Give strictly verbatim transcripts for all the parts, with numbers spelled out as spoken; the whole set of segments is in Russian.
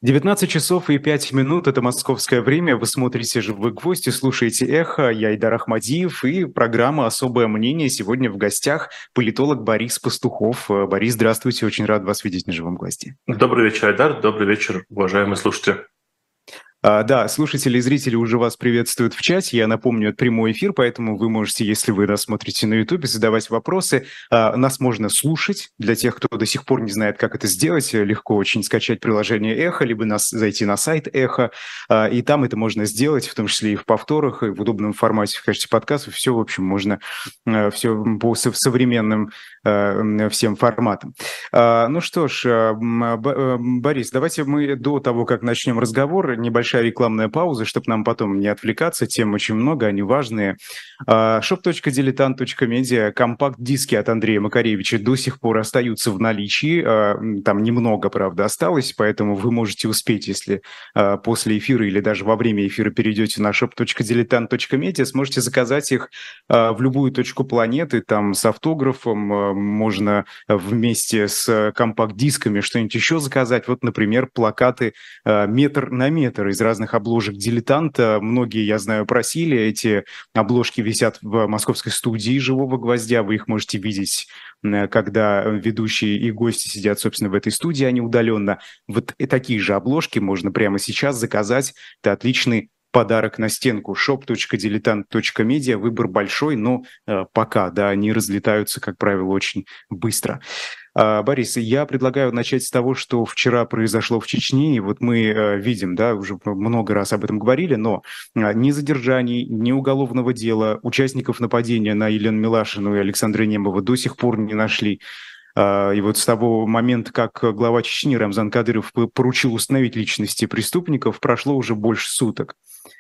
девятнадцать часов и пять минут – это московское время. Вы смотрите «Живой гвоздь» и слушаете «Эхо». Я Айдар Ахмадиев и программа «Особое мнение». Сегодня в гостях политолог Борис Пастухов. Э, Борис, здравствуйте, очень рад вас видеть на «Живом гвозде». Добрый вечер, Айдар. Добрый вечер, уважаемые слушатели. А, да, слушатели и зрители уже вас приветствуют в чате. Я напомню, это прямой эфир, поэтому вы можете, если вы нас смотрите на Ютубе, задавать вопросы. А, нас можно слушать. Для тех, кто до сих пор не знает, как это сделать, легко очень скачать приложение «Эхо», либо нас, зайти на сайт «Эхо», а, и там это можно сделать, в том числе и в повторах, и в удобном формате в качестве подкастов. Все, в общем, можно а, все по со- современным а, всем форматам. А, ну что ж, а, м, Б- э, Борис, давайте мы до того, как начнем разговор, небольшая рекламная пауза, чтобы нам потом не отвлекаться, тем очень много, они важные. шоп точка дилетант точка медиа, компакт-диски от Андрея Макаревича до сих пор остаются в наличии, а, м, там немного, правда, осталось, поэтому вы можете успеть, если а, после эфира или даже во время эфира перейдете на шоп точка дилетант точка медиа, сможете заказать их а, в любую точку планеты, там с автографом, а, можно вместе с компакт-дисками что-нибудь еще заказать. Вот, например, плакаты э, метр на метр из разных обложек «Дилетанта». Многие, я знаю, просили. Эти обложки висят в московской студии «Живого гвоздя». Вы их можете видеть, э, когда ведущие и гости сидят, собственно, в этой студии, а не удаленно. Вот и такие же обложки можно прямо сейчас заказать. Это отличный подарок на стенку. шоп точка дилетант точка медиа. Выбор большой, но э, пока, да, они разлетаются, как правило, очень быстро. А, Борис, я предлагаю начать с того, что вчера произошло в Чечне. И вот мы э, видим, да, уже много раз об этом говорили, но а, ни задержаний, ни уголовного дела участников нападения на Елену Милашину и Александра Немова до сих пор не нашли. А, И вот с того момента, как глава Чечни Рамзан Кадыров п- поручил установить личности преступников, прошло уже больше суток.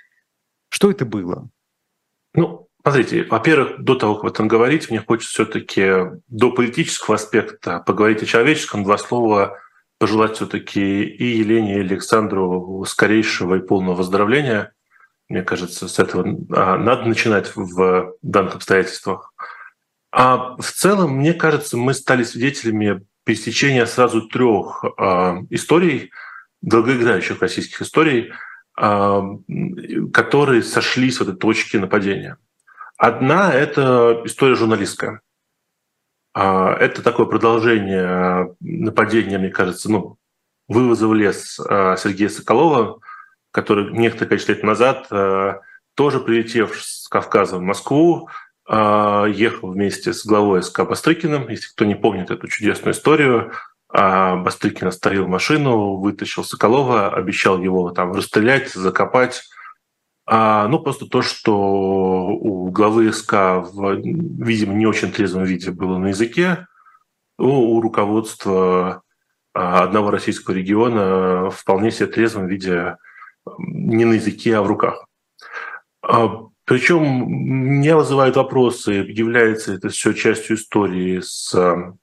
Что это было? Ну, смотрите, во-первых, до того, как об этом говорить, мне хочется все-таки до политического аспекта поговорить о человеческом, два слова пожелать все-таки и Елене, и Александру скорейшего и полного выздоровления. Мне кажется, с этого а, надо начинать в данных обстоятельствах. А в целом, мне кажется, мы стали свидетелями пересечения сразу трех а, историй, долгоиграющих российских историй, а, которые сошлись в этой точке нападения. Одна – это история журналистская. А, Это такое продолжение нападения, мне кажется, ну, вывоза в лес а, Сергея Соколова, который некоторое количество лет назад, а, тоже прилетев с Кавказа в Москву, а, ехал вместе с главой СК Бастрыкиным. Если кто не помнит эту чудесную историю, а, Бастрыкин остановил машину, вытащил Соколова, обещал его там расстрелять, закопать. А, ну, просто то, что у главы СК в, видимо, не очень трезвом виде было на языке, у, у руководства а, одного российского региона в вполне себе трезвом виде не на языке, а в руках. А, Причем меня вызывают вопросы, является это все частью истории с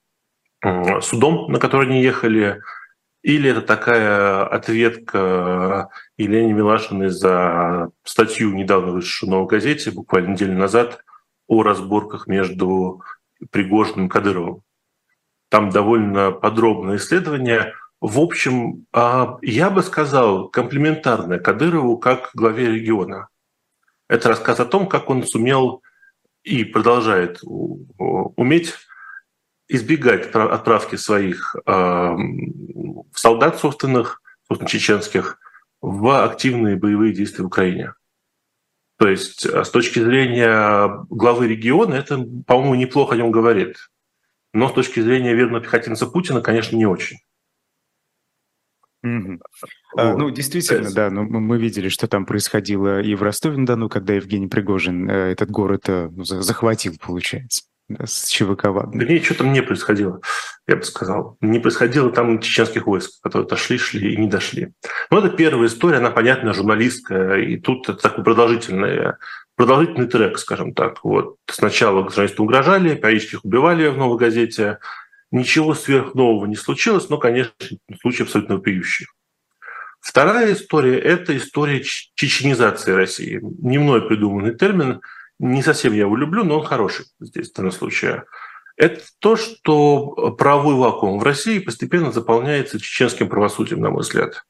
м, судом, на который они ехали, или это такая ответка Елене Милашиной за статью, недавно вышедшую в «Новой газете», буквально неделю назад, о разборках между Пригожиным и Кадыровым. Там довольно подробное исследование. В общем, а, я бы сказал, комплементарное Кадырову как главе региона. Это рассказ о том, как он сумел и продолжает у- у- уметь избегать отра- отправки своих э, солдат собственных, собственно, чеченских, в активные боевые действия в Украине. То есть э, с точки зрения главы региона это, по-моему, неплохо о нем говорит. Но с точки зрения верного пехотинца Путина, конечно, не очень. Мгм. А, Ну, Вот. действительно, Э, да, но мы мы видели, что там происходило и в Ростове-на-Дону, когда Евгений Пригожин э, этот город э, ну, за- захватил, получается, да, с ЧВК «Вагнер». Вернее, что там не происходило, я бы сказал. Не происходило там чеченских войск, которые дошли, шли и не дошли. Но это первая история, она, понятно, журналистская, и тут это такой продолжительный, продолжительный трек, скажем так. Вот. Сначала журналисты угрожали, периодически их убивали в «Новой газете». Ничего сверхнового не случилось, но, конечно, случай абсолютно вопиющий. Вторая история – это история ч- чеченизации России. Не мной придуманный термин, не совсем я его люблю, но он хороший здесь в данном случае. Это то, что правовой вакуум в России постепенно заполняется чеченским правосудием, на мой взгляд.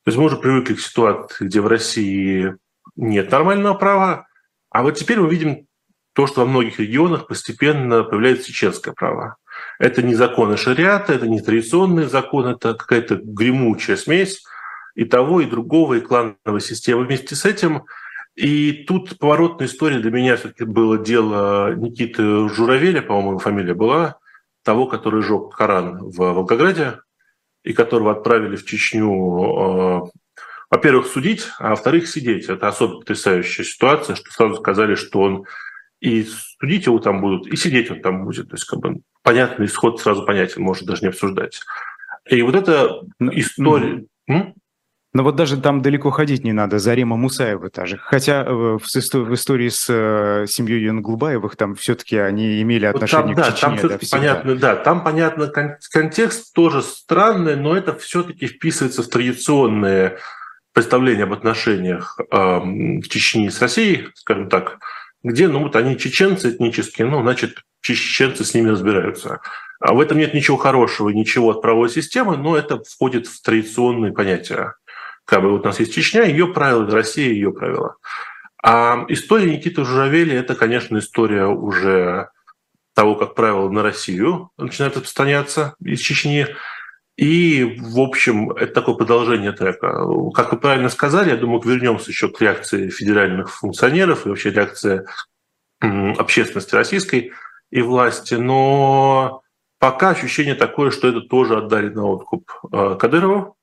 То есть мы уже привыкли к ситуации, где в России нет нормального права, а вот теперь мы видим то, что во многих регионах постепенно появляется чеченское право. Это не законы шариата, это не традиционный закон, это какая-то гремучая смесь и того, и другого, и клановой системы вместе с этим. И тут поворотная история для меня все-таки было дело Никиты Журавеля, по-моему, его фамилия была, того, который сжег Коран в Волгограде, и которого отправили в Чечню, во-первых, судить, а во-вторых, сидеть. Это особо потрясающая ситуация, что сразу сказали, что он и судить его там будут, и сидеть он там будет. То есть, как бы, понятный исход сразу понятен, можно даже не обсуждать. И вот эта история... Mm-hmm. Но вот даже там далеко ходить не надо, Зарема Мусаева та же. Хотя в, в истории с э, семьей Янглубаевых там все-таки они имели отношение вот там, к да, Чечне. Там да, понятно, да, там понятно, кон- контекст тоже странный, но это все-таки вписывается в традиционные представления об отношениях э, в Чечне с Россией, скажем так, где, ну вот они чеченцы этнические, ну, значит, чеченцы с ними разбираются. А в этом нет ничего хорошего, ничего от правовой системы, но это входит в традиционные понятия. Как бы вот у нас есть Чечня, ее правила, Россия ее правила. А история Никиты Журавеля – это, конечно, история уже того, как правила на Россию начинают распространяться из Чечни. И, в общем, это такое продолжение трека. Как вы правильно сказали, я думаю, вернемся еще к реакции федеральных функционеров и вообще реакции общественности российской и власти. Но пока ощущение такое, что это тоже отдали на откуп Кадырову.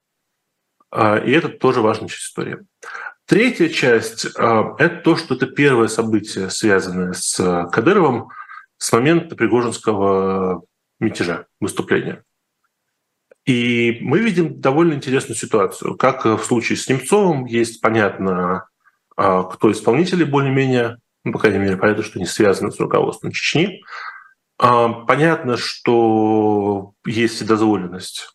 И это тоже важная часть истории. Третья часть – это то, что это первое событие, связанное с Кадыровым с момента Пригожинского мятежа, выступления. И мы видим довольно интересную ситуацию. Как в случае с Немцовым, есть понятно, кто исполнители более-менее, ну, по крайней мере, понятно, что не связаны с руководством Чечни. Понятно, что есть вседозволенность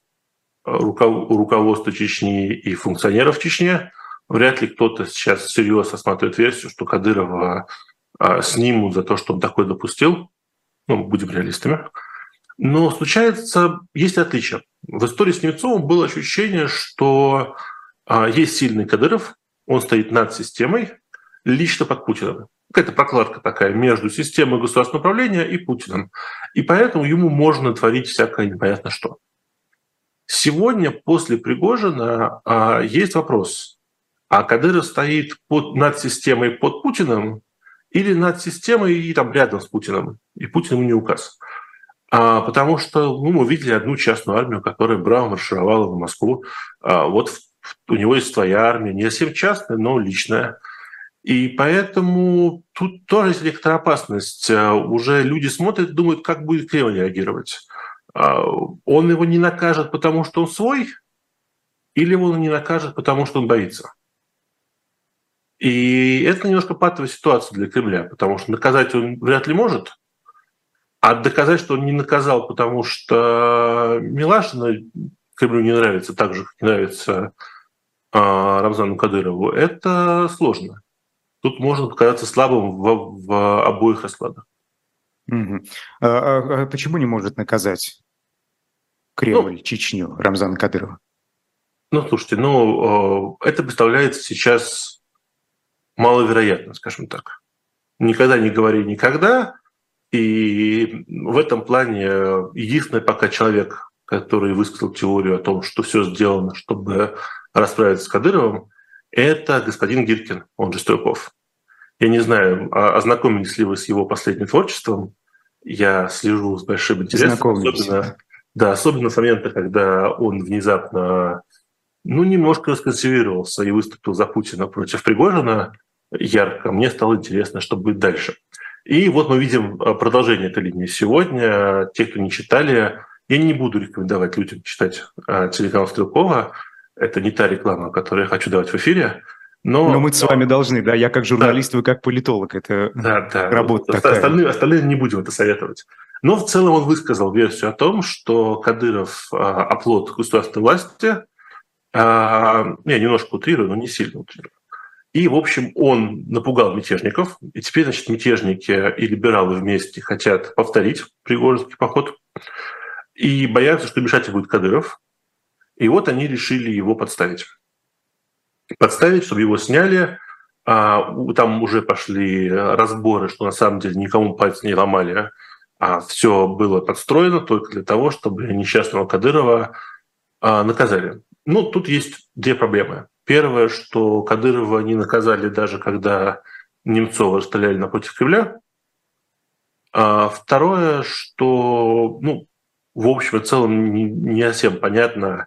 у руководства Чечни и функционеров Чечни. Вряд ли кто-то сейчас всерьез осматривает версию, что Кадырова снимут за то, что он такое допустил. Ну, будем реалистами. Но случается, есть отличия. В истории с Немцовым было ощущение, что есть сильный Кадыров, он стоит над системой, лично под Путиным. Какая-то прокладка такая между системой государственного управления и Путиным. И поэтому ему можно творить всякое непонятно что. Сегодня, после Пригожина, есть вопрос, а Кадыров стоит под, над системой под Путиным или над системой и там рядом с Путиным, и Путин ему не указ. А, потому что ну, мы видели одну частную армию, которая браво маршировала в Москву. А, вот в, у него есть своя армия, не совсем частная, но личная. И поэтому тут тоже есть некоторая опасность. А, уже люди смотрят и думают, как будет Кремль реагировать. Он его не накажет, потому что он свой, или он не накажет, потому что он боится. И это немножко патовая ситуация для Кремля, потому что наказать он вряд ли может, а доказать, что он не наказал, потому что Милашина Кремлю не нравится так же, как не нравится Рамзану Кадырову, это сложно. Тут можно показаться слабым в, в обоих раскладах. Угу. А, а почему не может наказать Кремль, ну, Чечню, Рамзана Кадырова? Ну, слушайте, ну, это представляется сейчас маловероятно, скажем так. Никогда не говори никогда. И в этом плане единственный пока человек, который высказал теорию о том, что все сделано, чтобы расправиться с Кадыровым, это господин Гиркин, он же Стрелков. Я не знаю, ознакомились ли вы с его последним творчеством. Я слежу с большим интересом. Особенно, да, особенно с момента, когда он внезапно ну, немножко расконсервировался и выступил за Путина против Пригожина ярко. Мне стало интересно, что будет дальше. И вот мы видим продолжение этой линии сегодня. Те, кто не читали, я не буду рекомендовать людям читать телеканал Стрелкова. Это не та реклама, которую я хочу давать в эфире. Но, но мы с вами должны, да, я как журналист, да. Вы как политолог, это да, да. работа Вот, такая. Остальные, остальные не будем это советовать. Но в целом он высказал версию о том, что Кадыров а, оплот государственной власти, а, я немножко утрирую, но не сильно утрирую. И, в общем, он напугал мятежников, и теперь, значит, мятежники и либералы вместе хотят повторить Пригожинский поход, и боятся, что мешать будет Кадыров, и вот они решили его подставить. подставить, чтобы его сняли. Там уже пошли разборы, что на самом деле никому пальцы не ломали, а все было подстроено только для того, чтобы несчастного Кадырова наказали. Ну, тут есть две проблемы. Первое, что Кадырова не наказали даже когда Немцова расстреляли напротив Кремля. А второе, что, ну, в общем и целом не, не совсем понятно,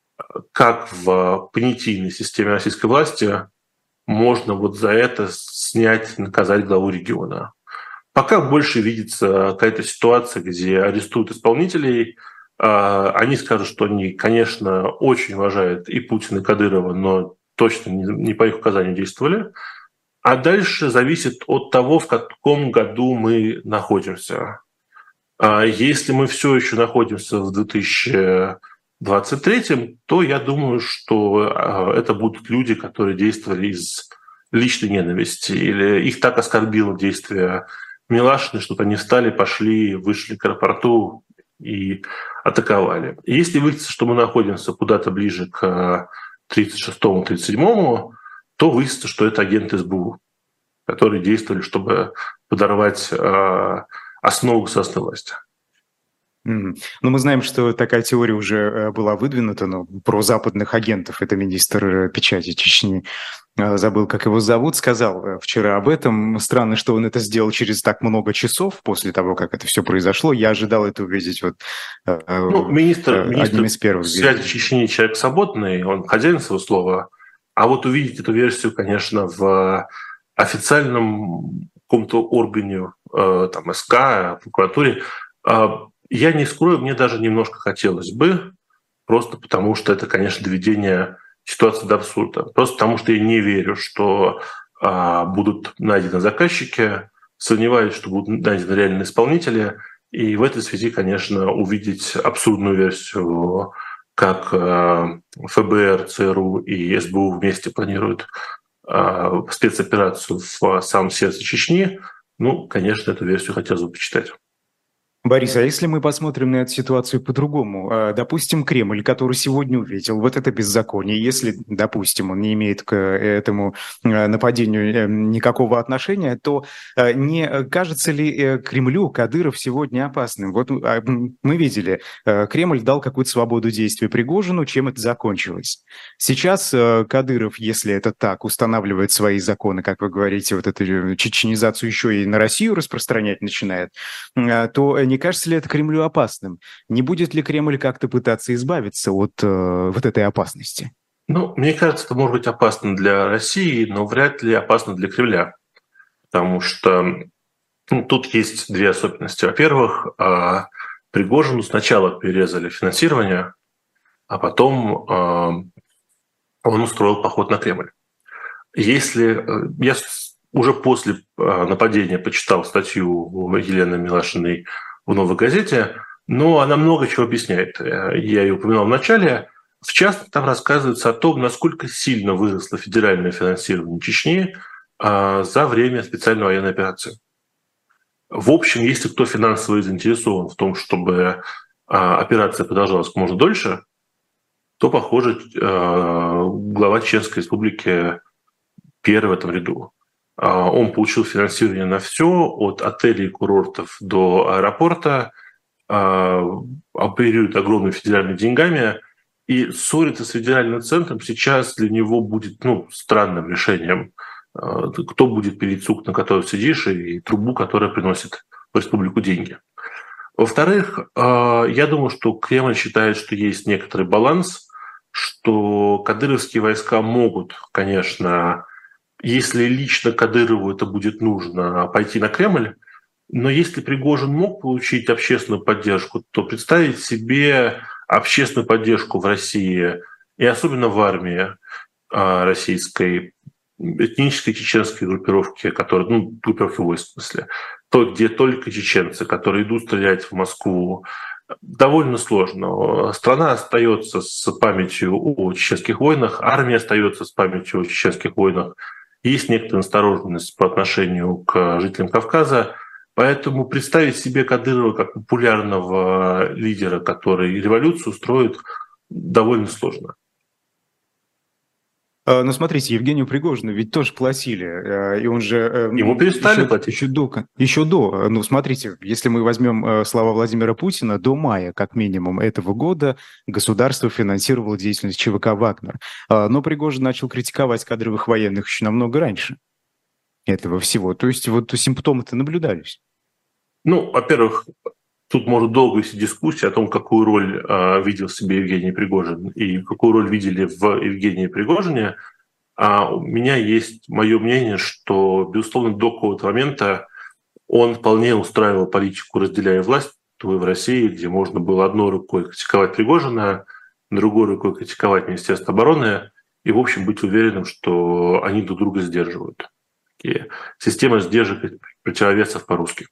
как в понятийной системе российской власти можно вот за это снять, наказать главу региона. Пока больше видится какая-то ситуация, где арестуют исполнителей, они скажут, что они, конечно, очень уважают и Путина, и Кадырова, но точно не по их указанию действовали. А дальше зависит от того, в каком году мы находимся. Если мы все еще находимся в две тысячи двадцать третьем, то я думаю, что это будут люди, которые действовали из личной ненависти, или их так оскорбило действие Милашина, что они встали, пошли, вышли к аэропорту и атаковали. И если выяснится, что мы находимся куда-то ближе к тридцать шестому тридцать седьмому, то выяснится, что это агенты СБУ, которые действовали, чтобы подорвать э, основу государственной власти. Mm-hmm. Ну, мы знаем, что такая теория уже была выдвинута, но про западных агентов. Это министр печати Чечни, забыл, как его зовут, сказал вчера об этом. Странно, что он это сделал через так много часов после того, как это все произошло. Я ожидал это увидеть вот ну, министр, одним министр из первых. Связи Чечни человек свободный, он хозяин своего слова. А вот увидеть эту версию, конечно, в официальном каком-то органе, там, СК, прокуратуре, я не скрою, мне даже немножко хотелось бы, просто потому что это, конечно, доведение ситуации до абсурда. Просто потому что я не верю, что а, будут найдены заказчики, сомневаюсь, что будут найдены реальные исполнители. И в этой связи, конечно, увидеть абсурдную версию, как а, ФБР, ЦРУ и СБУ вместе планируют а, спецоперацию в самом сердце Чечни, ну, конечно, эту версию хотелось бы почитать. Борис, а если мы посмотрим на эту ситуацию по-другому, допустим, Кремль, который сегодня увидел вот это беззаконие, если, допустим, он не имеет к этому нападению никакого отношения, то не кажется ли Кремлю Кадыров сегодня опасным? Вот мы видели, Кремль дал какую-то свободу действий Пригожину, чем это закончилось. Сейчас Кадыров, если это так, устанавливает свои законы, как вы говорите, вот эту чеченизацию еще и на Россию распространять начинает, то не кажется ли это Кремлю опасным? Не будет ли Кремль как-то пытаться избавиться от э, вот этой опасности? Ну, мне кажется, это может быть опасно для России, но вряд ли опасно для Кремля. Потому что ну, тут есть две особенности. Во-первых, э, Пригожину сначала перерезали финансирование, а потом э, он устроил поход на Кремль. Если э, я уже после э, нападения почитал статью Елены Милашиной в «Новой газете», но она много чего объясняет. Я ее упоминал в начале. В частности, там рассказывается о том, насколько сильно выросло федеральное финансирование Чечни за время специальной военной операции. В общем, если кто финансово заинтересован в том, чтобы операция продолжалась как можно дольше, то, похоже, глава Чеченской республики первый в этом ряду. Он получил финансирование на все, от отелей и курортов до аэропорта, оперирует огромными федеральными деньгами, и ссориться с федеральным центром сейчас для него будет ну, странным решением. Кто будет пилить сук, на котором сидишь, и трубу, которая приносит в республику деньги. Во-вторых, я думаю, что Кремль считает, что есть некоторый баланс, что кадыровские войска могут, конечно, если лично Кадырову это будет нужно, пойти на Кремль, но если Пригожин мог получить общественную поддержку, то представить себе общественную поддержку в России, и особенно в армии российской, этнической чеченской группировки, которые, ну, группировки войск, в смысле, то, где только чеченцы, которые идут стрелять в Москву, довольно сложно. Страна остается с памятью о чеченских войнах, армия остается с памятью о чеченских войнах. Есть некоторая настороженность по отношению к жителям Кавказа, поэтому представить себе Кадырова как популярного лидера, который революцию устроит, довольно сложно. Ну, смотрите, Евгению Пригожину ведь тоже платили, и он же Ему перестали еще, платить. еще до, еще до, ну, смотрите, если мы возьмем слова Владимира Путина, до мая, как минимум, этого года государство финансировало деятельность ЧВК «Вагнер». Но Пригожин начал критиковать кадровых военных еще намного раньше этого всего. То есть вот симптомы-то наблюдались. Ну, во-первых, тут может долго вести дискуссия о том, какую роль э, видел в себе Евгений Пригожин и какую роль видели в Евгении Пригожине. А у меня есть мое мнение, что, безусловно, до какого-то момента он вполне устраивал политику, разделяя власть в России, где можно было одной рукой критиковать Пригожина, другой рукой критиковать Министерство обороны и, в общем, быть уверенным, что они друг друга сдерживают. Такие система сдержек и противовесов по-русски.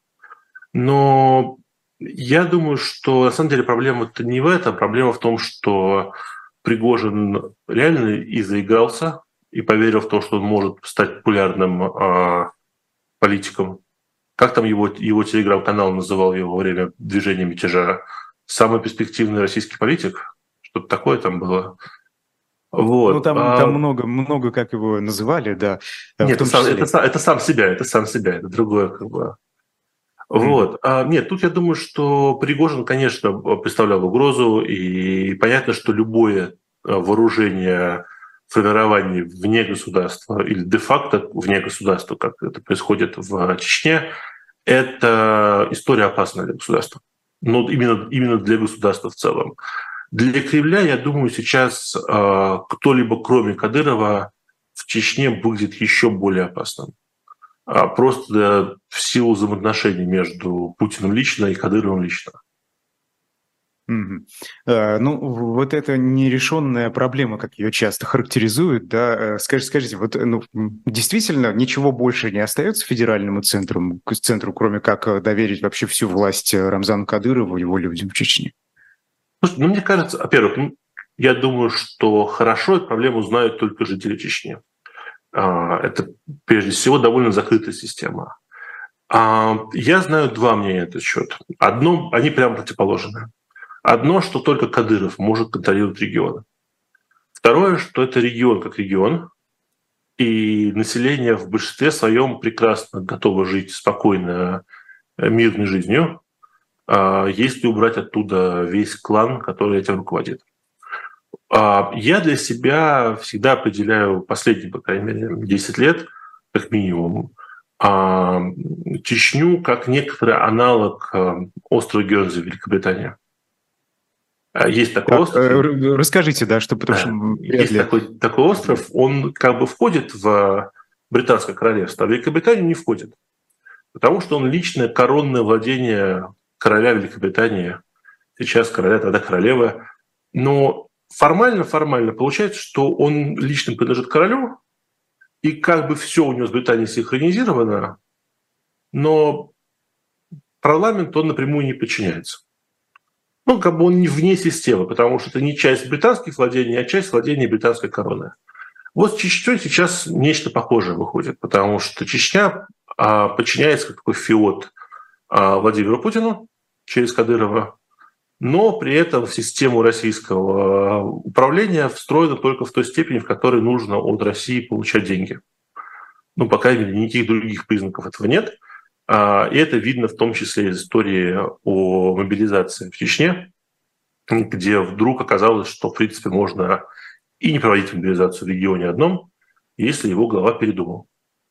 Но я думаю, что на самом деле проблема-то не в этом. Проблема в том, что Пригожин реально и заигрался, и поверил в то, что он может стать популярным э, политиком. Как там его, его телеграм-канал называл его во время движения мятежа? Самый перспективный российский политик? Что-то такое там было. Ну, Вот. там, там А... много, много, как его называли, да, в Нет, это том сам, числе. это, это сам себя, это сам себя, это другое как бы. Вот. А, нет, тут я думаю, что Пригожин, конечно, представлял угрозу, и понятно, что любое вооружение формирование вне государства или де-факто вне государства, как это происходит в Чечне, это история опасная для государства. Но именно, именно для государства в целом. Для Кремля, я думаю, сейчас э, кто-либо, кроме Кадырова, в Чечне будет еще более опасным. А просто в силу взаимоотношений между Путиным лично и Кадыровым лично. Mm-hmm. Uh, ну, вот эта нерешенная проблема, как ее часто характеризуют, да, скажите, скажите, вот ну, действительно ничего больше не остается федеральному центру, центру, кроме как доверить вообще всю власть Рамзану Кадырову и его людям в Чечне? Слушай, ну, мне кажется, во-первых, ну, я думаю, что хорошо эту проблему знают только жители Чечни. Это, прежде всего, довольно закрытая система. Я знаю два мнения на этот счет. Одно, они прямо противоположные. Одно, что только Кадыров может контролировать регион. Второе, что это регион как регион, и население в большинстве своем прекрасно готово жить спокойно, мирной жизнью, если убрать оттуда весь клан, который этим руководит. Я для себя всегда определяю последние, по крайней мере, десять лет, как минимум, Чечню как некоторый аналог острова Гернси в Великобритании. Есть такой так, остров. Расскажите, да, что потому что есть такой, такой остров, он как бы входит в Британское королевство, а в Великобританию не входит. Потому что он личное коронное владение короля Великобритании, сейчас короля, тогда королевы. Но формально-формально получается, что он лично принадлежит королю, и как бы все у него с Британией синхронизировано, но парламент он напрямую не подчиняется. Ну, как бы он не вне системы, потому что это не часть британских владений, а часть владений британской короны. Вот с Чечней сейчас нечто похожее выходит, потому что Чечня а, подчиняется как такой фиот а, Владимиру Путину через Кадырова, но при этом в систему российского управления встроена только в той степени, в которой нужно от России получать деньги. Ну, по крайней мере, никаких других признаков этого нет. И это видно в том числе из истории о мобилизации в Чечне, где вдруг оказалось, что, в принципе, можно и не проводить мобилизацию в регионе одном, если его глава передумал.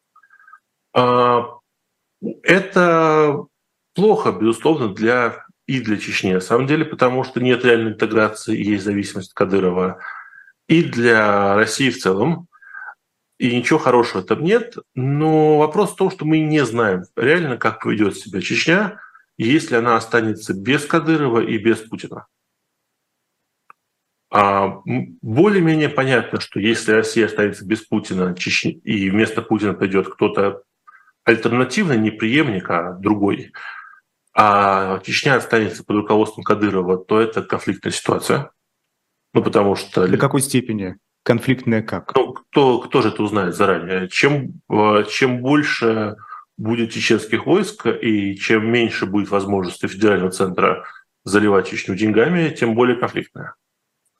Это плохо, безусловно, для, и для Чечни, на самом деле, потому что нет реальной интеграции, есть зависимость от Кадырова, и для России в целом. И ничего хорошего там нет, но вопрос в том, что мы не знаем реально, как поведет себя Чечня, если она останется без Кадырова и без Путина. А более-менее понятно, что если Россия останется без Путина Чечни, и вместо Путина придет кто-то альтернативный, не преемник, а другой, а Чечня останется под руководством Кадырова, то это конфликтная ситуация. Ну, потому что... До какой степени? Конфликтная как? Ну, кто, кто же это узнает заранее? Чем, чем больше будет чеченских войск и чем меньше будет возможности федерального центра заливать Чечню деньгами, тем более конфликтная.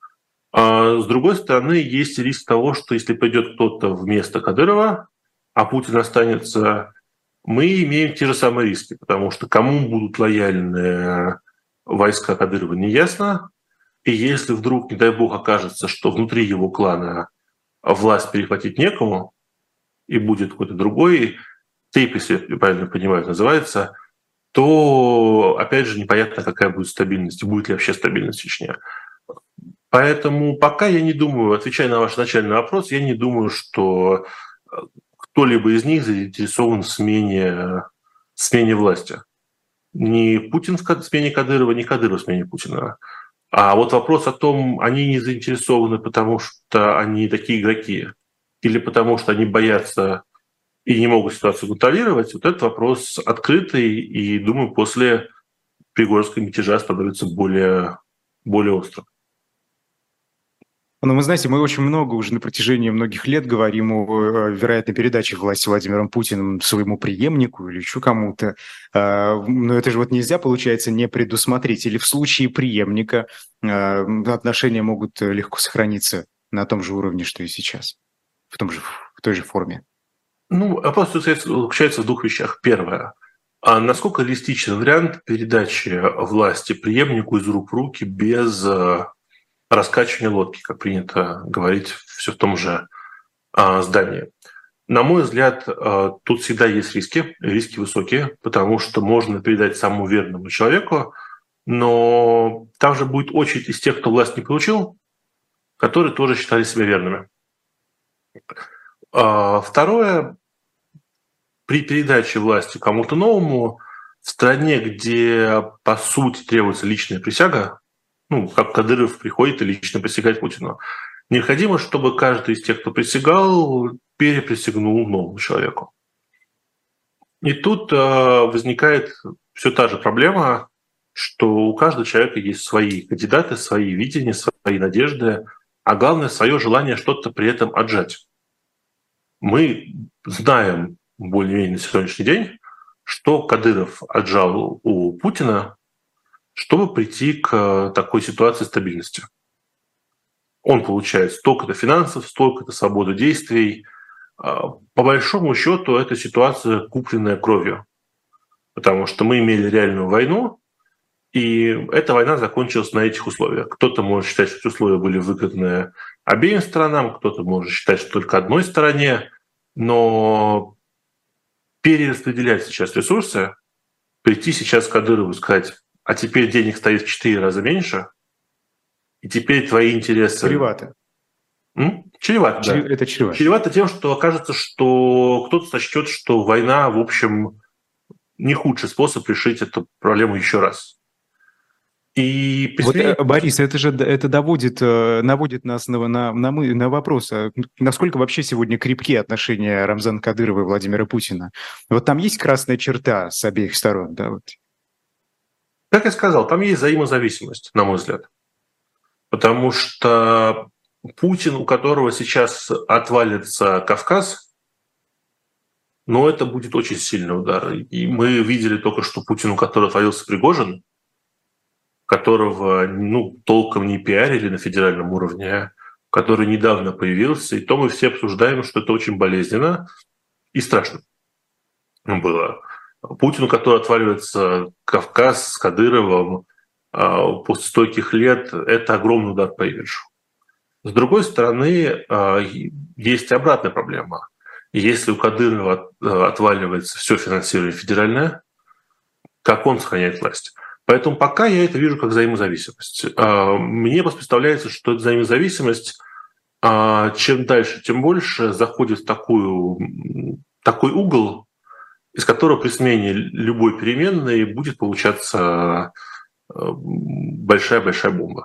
А с другой стороны, есть риск того, что если пойдет кто-то вместо Кадырова, а Путин останется, мы имеем те же самые риски, потому что кому будут лояльны войска Кадырова, неясно. И если вдруг, не дай бог, окажется, что внутри его клана власть перехватить некому, и будет какой-то другой тейп, если я правильно понимаю, называется, то, опять же, непонятно, какая будет стабильность, будет ли вообще стабильность в Чечне. Поэтому пока я не думаю, отвечая на ваш начальный вопрос, я не думаю, что кто-либо из них заинтересован в смене, в смене власти. Ни Путин в смене Кадырова, ни Кадыров в смене Путина. А вот вопрос о том, они не заинтересованы, потому что они такие игроки, или потому что они боятся и не могут ситуацию контролировать, вот этот вопрос открытый, и, думаю, после Пригожинского мятежа становится более, более острым. Ну, вы знаете, мы очень много уже на протяжении многих лет говорим о вероятной передаче власти Владимиром Путиным своему преемнику или еще кому-то. Но это же вот нельзя, получается, не предусмотреть. Или в случае преемника отношения могут легко сохраниться на том же уровне, что и сейчас, в, том же, в той же форме. Ну, вопрос заключается в двух вещах. Первое. А насколько реалистичен вариант передачи власти преемнику из рук в руки без раскачивания лодки, как принято говорить все в том же а, здании? На мой взгляд, а, тут всегда есть риски, риски высокие, потому что можно передать самому верному человеку, но там же будет очередь из тех, кто власть не получил, которые тоже считали себя верными. А, второе. При передаче власти кому-то новому в стране, где, по сути, требуется личная присяга, ну, как Кадыров приходит и лично присягать Путину, необходимо, чтобы каждый из тех, кто присягал, переприсягнул новому человеку. И тут э, возникает все та же проблема, что у каждого человека есть свои кандидаты, свои видения, свои надежды, а главное, свое желание что-то при этом отжать. Мы знаем более-менее на сегодняшний день, что Кадыров отжал у Путина, чтобы прийти к такой ситуации стабильности. Он получает столько-то финансов, столько-то свободы действий. По большому счету, это ситуация, купленная кровью. Потому что мы имели реальную войну, и эта война закончилась на этих условиях. Кто-то может считать, что эти условия были выгодны обеим сторонам, кто-то может считать, что только одной стороне, но перераспределять сейчас ресурсы, прийти сейчас к Кадырову и сказать, а теперь денег стоит в четыре раза меньше, и теперь твои интересы... Чревато. М? Чревато, Чрев... да. Это чревато. Чревато тем, что окажется, что кто-то сочтет, что война, в общем, не худший способ решить эту проблему еще раз. И вот, Борис, это же это доводит, наводит нас на, на, на, на вопрос, насколько вообще сегодня крепкие отношения Рамзана Кадырова и Владимира Путина. Вот там есть красная черта с обеих сторон, да? Вот. Как я сказал, там есть взаимозависимость, на мой взгляд. Потому что Путин, у которого сейчас отвалится Кавказ, но это будет очень сильный удар. И мы видели только что Путин, у которого отвалился Пригожин, которого ну, толком не пиарили на федеральном уровне, который недавно появился, и то мы все обсуждаем, что это очень болезненно и страшно было. Путину, который отваливается Кавказ с Кадыровым после стольких лет, это огромный удар по имиджу. С другой стороны, есть обратная проблема. Если у Кадырова отваливается все финансирование федеральное, как он сохраняет власть? Поэтому пока я это вижу как взаимозависимость. Мне представляется, что эта взаимозависимость, чем дальше, тем больше заходит в такую, такой угол, из которого при смене любой переменной будет получаться большая-большая бомба.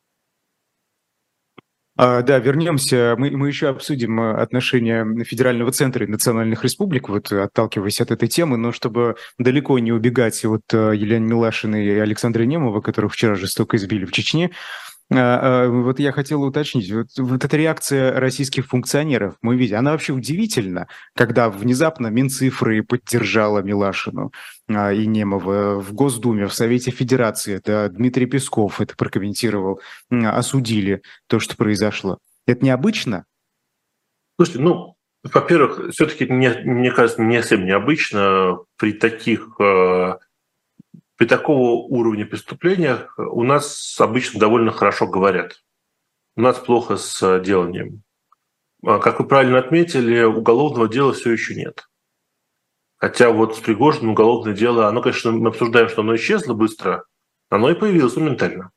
А, да, вернемся. Мы, мы еще обсудим отношения федерального центра и национальных республик, вот отталкиваясь от этой темы, но чтобы далеко не убегать от Елены Милашиной и Александра Немова, которых вчера жестоко избили в Чечне, А, а, Вот я хотел уточнить, вот, вот эта реакция российских функционеров, мы видим, она вообще удивительна, когда внезапно Минцифры поддержала Милашину а, и Немова в Госдуме, в Совете Федерации, это Дмитрий Песков это прокомментировал, м, осудили то, что произошло. Это необычно? Слушайте, ну, во-первых, все-таки, мне, мне кажется, не совсем необычно при таких, э, при такого уровня преступлениях у нас обычно довольно хорошо говорят. У нас плохо с деланием. А, Как вы правильно отметили, уголовного дела все еще нет. Хотя вот с Пригожиным уголовное дело, оно, конечно, мы обсуждаем, что оно исчезло быстро, оно и появилось моментально.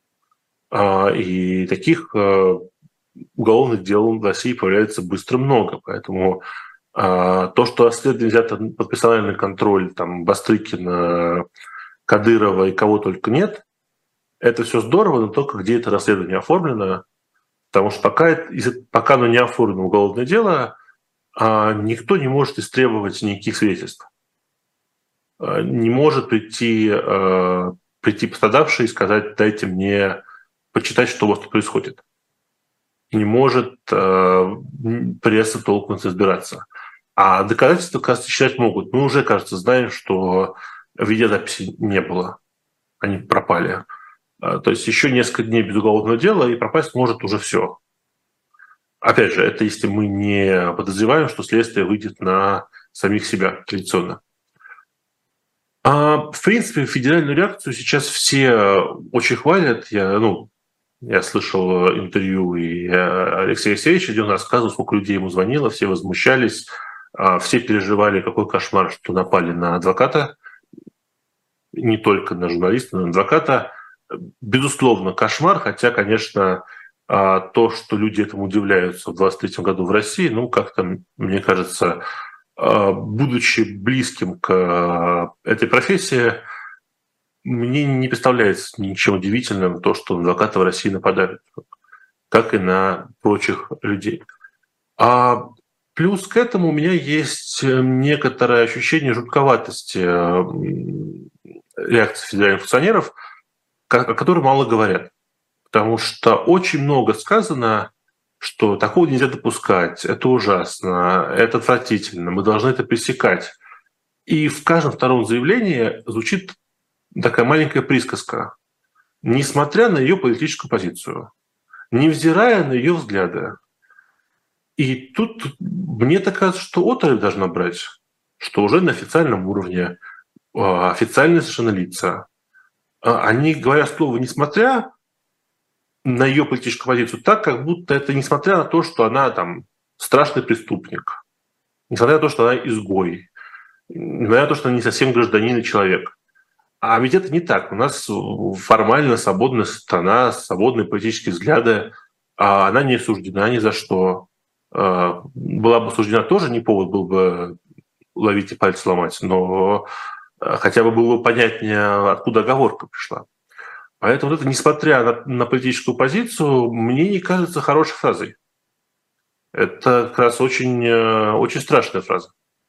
А, И таких э, уголовных дел в России появляется быстро много. Поэтому а, то, что расследование взято под персональный контроль там, Бастрыкина, Кадырова и кого только нет, это все здорово, но только где это расследование оформлено. Потому что пока, это- если- пока оно не оформлено уголовное дело, а, никто не может истребовать никаких свидетельств. А, Не может прийти, а, прийти пострадавший и сказать, дайте мне почитать, что у вас тут происходит. Не может а, м, пресса толком разбираться. А доказательства, кажется, считать могут. Мы уже, кажется, знаем, что видеозаписи не было, они пропали. А, То есть еще несколько дней без уголовного дела, и пропасть может уже все. Опять же, это если мы не подозреваем, что следствие выйдет на самих себя традиционно. А, в принципе, федеральную реакцию сейчас все очень хвалят. Я, ну, я слышал интервью и э, Алексея Алексеевича, где он рассказывал, сколько людей ему звонило, все возмущались, а, все переживали, какой кошмар, что напали на адвоката, не только на журналиста, но и на адвоката. Безусловно, кошмар, хотя, конечно, а, то, что люди этому удивляются в двадцать третьем году в России, ну, как-то, мне кажется, а, будучи близким к а, этой профессии, мне не представляется ничем удивительным то, что на адвоката в России нападают, как и на прочих людей. А плюс к этому у меня есть э, некоторое ощущение жутковатости э, м, реакции федеральных функционеров, ко- о которой мало говорят. Потому что очень много сказано, что такого нельзя допускать, это ужасно, это отвратительно, мы должны это пресекать. И в каждом втором заявлении звучит такая маленькая присказка, несмотря на ее политическую позицию, невзирая на ее взгляды. И тут мне так кажется, что отрыв должна брать, что уже на официальном уровне а, официальные совершенно лица, а, они говорят слово «несмотря», на ее политическую позицию так, как будто это несмотря на то, что она там страшный преступник, несмотря на то, что она изгой, несмотря на то, что она не совсем гражданин и человек. А ведь это не так. У нас формально свободная страна, свободные политические взгляды, а она не осуждена ни за что. А, Была бы осуждена тоже, не повод был бы ловить и пальцы ломать, но а, хотя бы было бы понятнее, откуда оговорка пришла. Поэтому вот это, несмотря на, на политическую позицию, мне не кажется хорошей фразой. Это как раз очень, э, очень страшная фраза.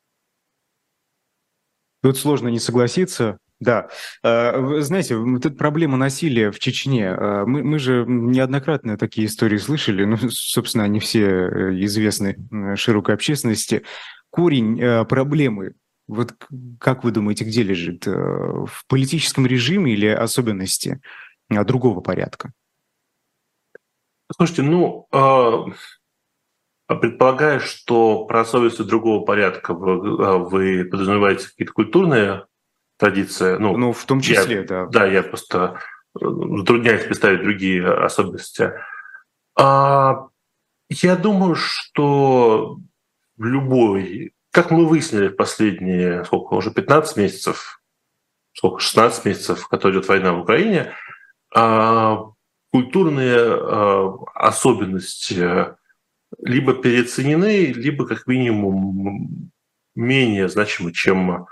Тут сложно не согласиться. Да, А, вы знаете, вот эта проблема насилия в Чечне, а, мы, мы же неоднократно такие истории слышали, ну, собственно, они все э, известны э, широкой общественности. Корень э, проблемы, вот к- как вы думаете, где лежит? Э, В политическом режиме или особенности а, другого порядка? Слушайте, ну, э, предполагая, что про особенности другого порядка вы, э, вы подразумеваете какие-то культурные традиции, ну, Ну, в том я, числе, да. да, я просто э, затрудняюсь представить другие особенности. А, я думаю, что в любой, как мы выяснили в последние, сколько, уже пятнадцать месяцев, сколько, шестнадцать месяцев, которые идет война в Украине, а, культурные а, особенности либо переоценены, либо как минимум менее значимы, чем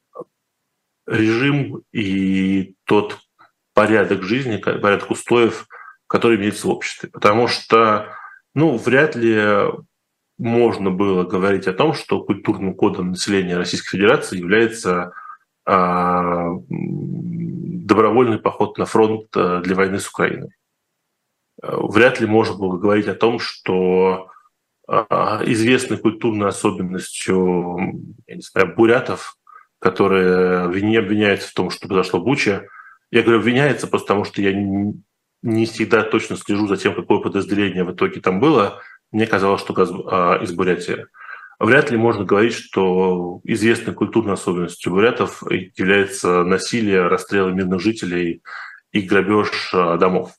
режим и тот порядок жизни, порядок устоев, который имеется в обществе. Потому что, ну, вряд ли можно было говорить о том, что культурным кодом населения Российской Федерации является а, добровольный поход на фронт а, для войны с Украиной. вряд ли можно было говорить о том, что известной культурной особенностью, я не знаю, бурятов, которые не обвиняются в том, что произошло в Буче. Я говорю, обвиняется просто потому, что я не всегда точно слежу за тем, какое подразделение в итоге там было. Мне казалось, что из Бурятии. Вряд ли можно говорить, что известной культурной особенностью бурятов является насилие, расстрелы мирных жителей и грабеж домов.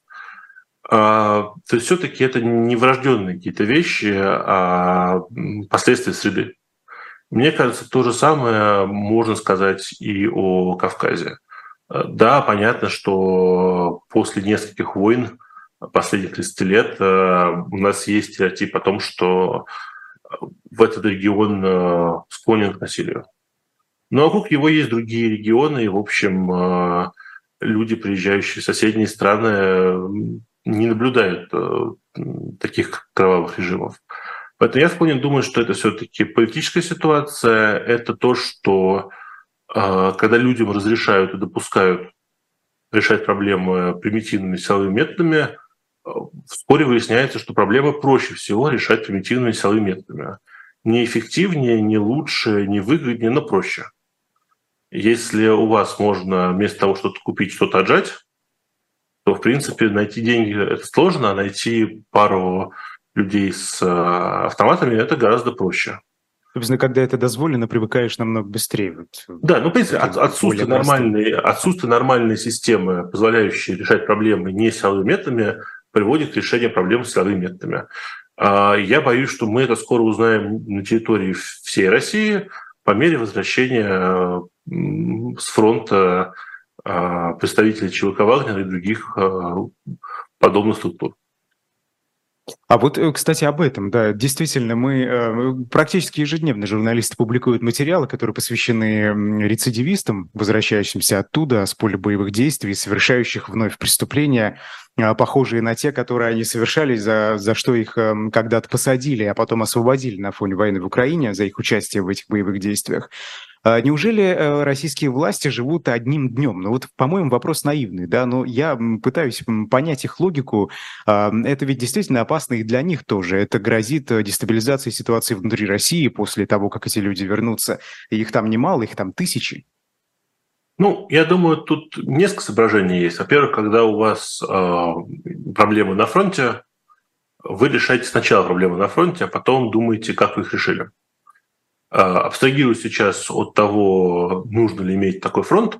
То есть все-таки это не врожденные какие-то вещи, а последствия среды. Мне кажется, то же самое можно сказать и о Кавказе. Да, понятно, что после нескольких войн последних тридцати лет у нас есть стереотип о том, что в этот регион склонен к насилию. Но вокруг его есть другие регионы, и, в общем, люди, приезжающие в соседние страны, не наблюдают таких кровавых режимов. Поэтому я склонен думать, что это все-таки политическая ситуация, это то, что когда людям разрешают и допускают решать проблемы примитивными силовыми методами, вскоре выясняется, что проблемы проще всего решать примитивными силовыми методами. Не эффективнее, не лучше, не выгоднее, но проще. Если у вас можно вместо того, что-то купить, что-то отжать, то, в принципе, найти деньги – это сложно, а найти пару людей с автоматами – это гораздо проще. Собственно, когда это дозволено, привыкаешь намного быстрее. Вот, да, ну, в принципе, от, отсутствие, нормальной, отсутствие нормальной системы, позволяющей решать проблемы не силовыми методами, приводит к решению проблем силовыми методами. Я боюсь, что мы это скоро узнаем на территории всей России по мере возвращения с фронта представителей ЧВК «Вагнера» и других подобных структур. А вот, кстати, об этом, да, действительно, мы практически ежедневно журналисты публикуют материалы, которые посвящены рецидивистам, возвращающимся оттуда с поля боевых действий, совершающих вновь преступления, похожие на те, которые они совершали, за, за что их когда-то посадили, а потом освободили на фоне войны в Украине, за их участие в этих боевых действиях. Неужели российские власти живут одним днем? Ну вот, по-моему, вопрос наивный, да, но я пытаюсь понять их логику. Это ведь действительно опасно и для них тоже. Это грозит дестабилизацией ситуации внутри России после того, как эти люди вернутся. И их там немало, их там тысячи. Ну, я думаю, тут несколько соображений есть. Во-первых, когда у вас э, проблемы на фронте, вы решаете сначала проблемы на фронте, а потом думаете, как вы их решили. Абстрагирую сейчас от того, нужно ли иметь такой фронт,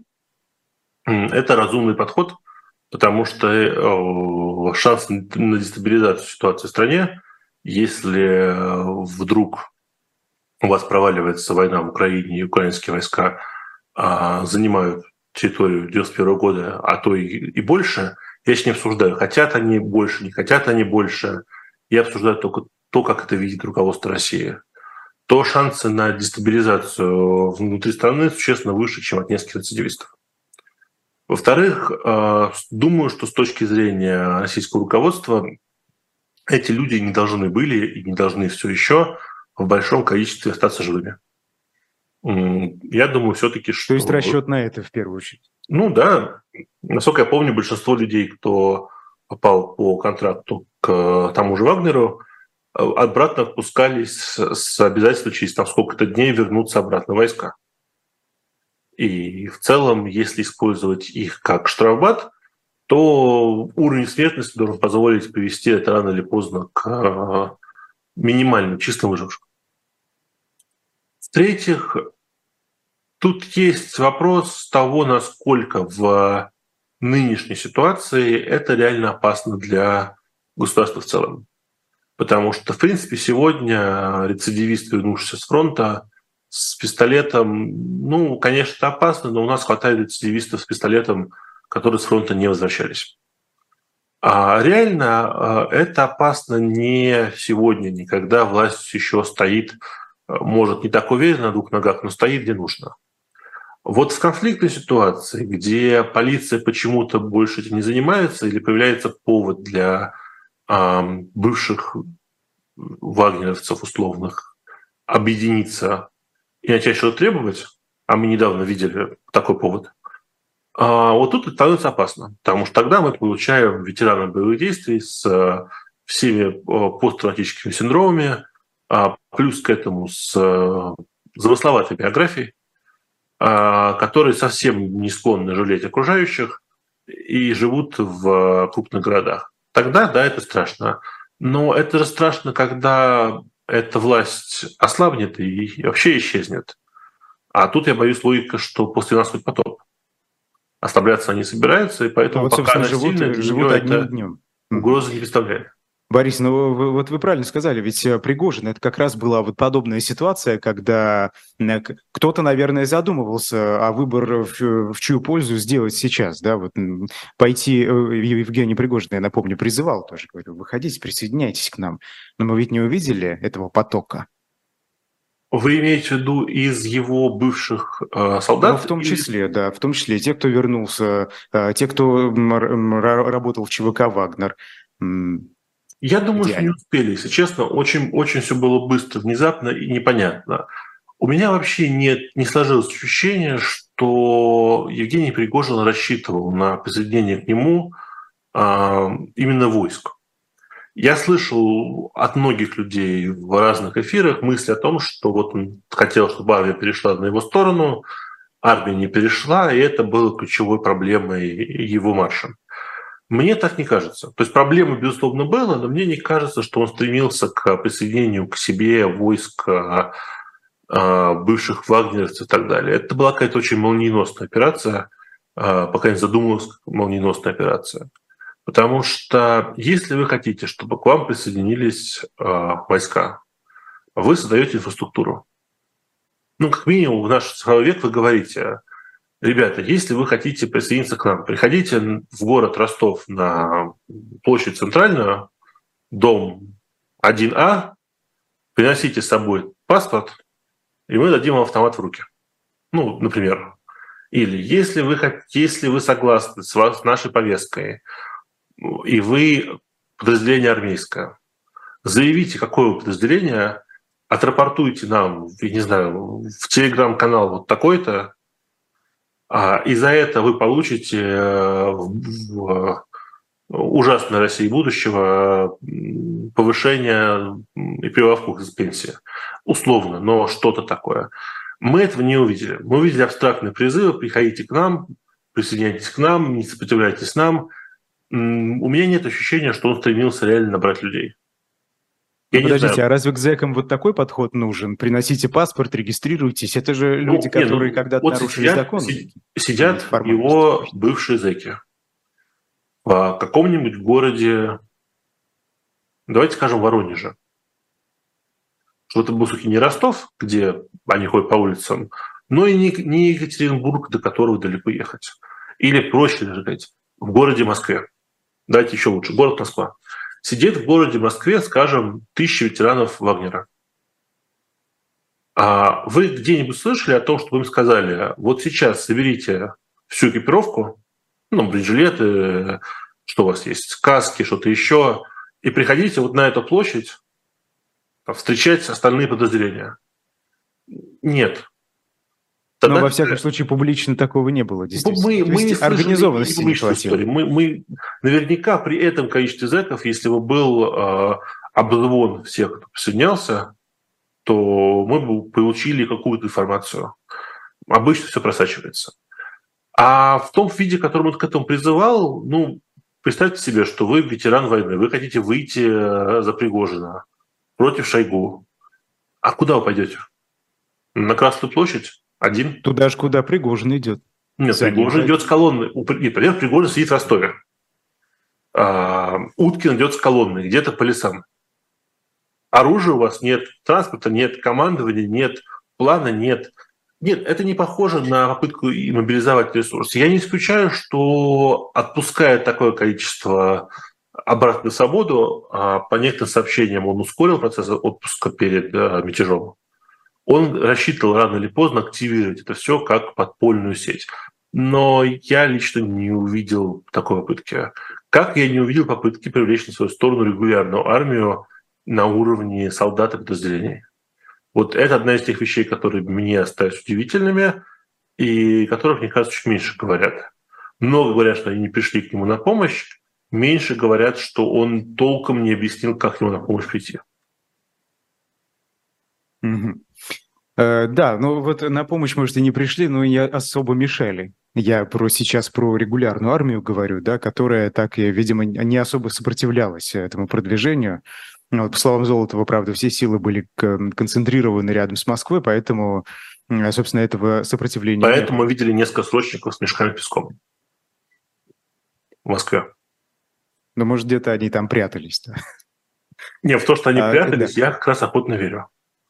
это разумный подход, потому что шанс на дестабилизацию ситуации в стране, если вдруг у вас проваливается война в Украине, и украинские войска занимают территорию девяносто первого года, а то и, и больше, я сейчас не обсуждаю, хотят они больше, не хотят они больше, я обсуждаю только то, как это видит руководство России. То шансы на дестабилизацию внутри страны существенно выше, чем от нескольких рецидивистов. Во-вторых, думаю, что с точки зрения российского руководства эти люди не должны были и не должны все еще в большом количестве остаться живыми. Я думаю все-таки, что... То есть расчет на это в первую очередь? Ну да. Насколько я помню, большинство людей, кто попал по контракту к тому же Вагнеру, обратно отпускались с обязательством через там сколько-то дней вернуться обратно в войска. И в целом, если использовать их как штрафбат, то уровень смертности должен позволить привести это рано или поздно к минимальным числам выживших. В-третьих, тут есть вопрос того, насколько в нынешней ситуации это реально опасно для государства в целом. Потому что, в принципе, сегодня рецидивист, вернувшийся с фронта, с пистолетом, ну, конечно, это опасно, но у нас хватает рецидивистов с пистолетом, которые с фронта не возвращались. А реально это опасно не сегодня, не когда власть еще стоит, может, не так уверенно на двух ногах, но стоит где нужно. Вот в конфликтной ситуации, где полиция почему-то больше этим не занимается или появляется повод для бывших вагнеровцев условных объединиться и начать что-то требовать, а мы недавно видели такой повод, А вот тут это становится опасно, потому что тогда мы получаем ветеранов боевых действий с э, всеми э, посттравматическими синдромами, а плюс к этому с э, замысловатой биографией, а, которые совсем не склонны жалеть окружающих и живут в крупных городах. Тогда, да, это страшно. Но это же страшно, когда эта власть ослабнет и вообще исчезнет. А тут я боюсь логика, что после нас хоть потоп. Ослабляться они собираются, и Ну поэтому вот, пока собственно, она живут, сильная, для живут нее одним это днем. угрозы не представляет. Борис, ну вы, вот вы правильно сказали, ведь э, Пригожин, это как раз была вот подобная ситуация, когда э, к- кто-то, наверное, задумывался, а выбор в, в чью пользу сделать сейчас, да, вот м, пойти, э, Евгений Пригожин, я напомню, призывал тоже, говорю, выходите, присоединяйтесь к нам, но мы ведь не увидели этого потока. Вы имеете в виду из его бывших э, Ну, в солдат? том Или... числе, да, в том числе те, кто вернулся, э, те, кто м, р- м, ра- работал в ЧВК «Вагнер», м, Я думаю, где что не они? успели, если честно. Очень, очень все было быстро, внезапно и непонятно. У меня вообще нет, не сложилось ощущение, что Евгений Пригожин рассчитывал на присоединение к нему а, именно войск. Я слышал от многих людей в разных эфирах мысли о том, что вот он хотел, чтобы армия перешла на его сторону, армия не перешла, и это было ключевой проблемой его марша. Мне так не кажется. То есть проблема, безусловно, была, но мне не кажется, что он стремился к присоединению к себе войск а, а, бывших вагнеровцев и так далее. Это была какая-то очень молниеносная операция, а, пока не задумывалась, как молниеносная операция. Потому что если вы хотите, чтобы к вам присоединились а, войска, вы создаете инфраструктуру. Ну, как минимум, в наш цифровой век вы говорите: ребята, если вы хотите присоединиться к нам, приходите в город Ростов на площадь Центральную, дом один А, приносите с собой паспорт, и мы дадим вам автомат в руки. Ну, например. Или если вы, хотите, если вы согласны с, вас, с нашей повесткой, и вы подразделение армейское, заявите, какое вы подразделение, отрапортуйте нам, я не знаю, в телеграм-канал вот такой-то, а, и за это вы получите э, в ужасной России будущего повышение и прибавку из пенсии. Условно, но что-то такое. Мы этого не увидели. Мы увидели абстрактные призывы: приходите к нам, присоединяйтесь к нам, не сопротивляйтесь нам. У меня нет ощущения, что он стремился реально набрать людей. Ну, Я не подождите, знаю. а разве к зэкам вот такой подход нужен? Приносите паспорт, регистрируйтесь. Это же люди, Ну, не, которые ну когда-то вот нарушили сидят, закон. си- Или это сидят формальность? его бывшие зэки в каком-нибудь городе, давайте скажем, Воронеже. Что это был все-таки не Ростов, где они ходят по улицам, но и не, не Екатеринбург, до которого далеко ехать. Или проще даже сказать, в городе Москве. Давайте еще лучше, город Москва. Сидит в городе Москве, скажем, тысяча ветеранов Вагнера. А вы где-нибудь слышали о том, что вы им сказали: вот сейчас соберите всю экипировку, ну, бронежилеты, что у вас есть, каски, что-то еще, и приходите вот на эту площадь встречать остальные подразделения? Нет. Но, Тогда во всяком случае, публично такого не было, действительно. мы, То мы не есть слышали и организованности не публичную хватило. историю. Мы, мы наверняка при этом количестве зэков, если бы был э, обзвон всех, кто присоединялся, то мы бы получили какую-то информацию. Обычно все просачивается. А в том виде, в котором он к этому призывал, ну, представьте себе, что вы ветеран войны, вы хотите выйти э, за Пригожина против Шойгу. А куда вы пойдете? На Красную площадь? Один? Туда же, куда Пригожин идет. Нет, За ним Пригожин идет пойдут. с колонны. У При- Нет, например, Пригожин сидит в Ростове. А, Уткин идет с колонной где-то по лесам. Оружия у вас нет, транспорта нет, командования нет, плана нет. Нет, это не похоже на попытку и мобилизовать ресурсы. Я не исключаю, что, отпуская такое количество обратно на свободу, а по некоторым сообщениям он ускорил процесс отпуска перед э, мятежом. Он рассчитывал рано или поздно активировать это все как подпольную сеть. Но я лично не увидел такой попытки. Как я не увидел попытки привлечь на свою сторону регулярную армию на уровне солдат и подразделений. Вот это одна из тех вещей, которые мне остаются удивительными и которых, мне кажется, чуть меньше говорят. Много говорят, что они не пришли к нему на помощь, меньше говорят, что он толком не объяснил, как к нему на помощь прийти. Мгм. Э, Да, ну вот на помощь, может, и не пришли, но и не особо мешали. Я про сейчас про регулярную армию говорю, да, которая так, и, видимо, не особо сопротивлялась этому продвижению. Ну, вот, по словам Золотова, правда, все силы были к- концентрированы рядом с Москвой, поэтому, м, собственно, этого сопротивления не Поэтому было. мы видели несколько срочников с мешками песком в Москве. Но, может, где-то они там прятались. Да. Не, в то, что они А, да. прятались, я как раз охотно верю.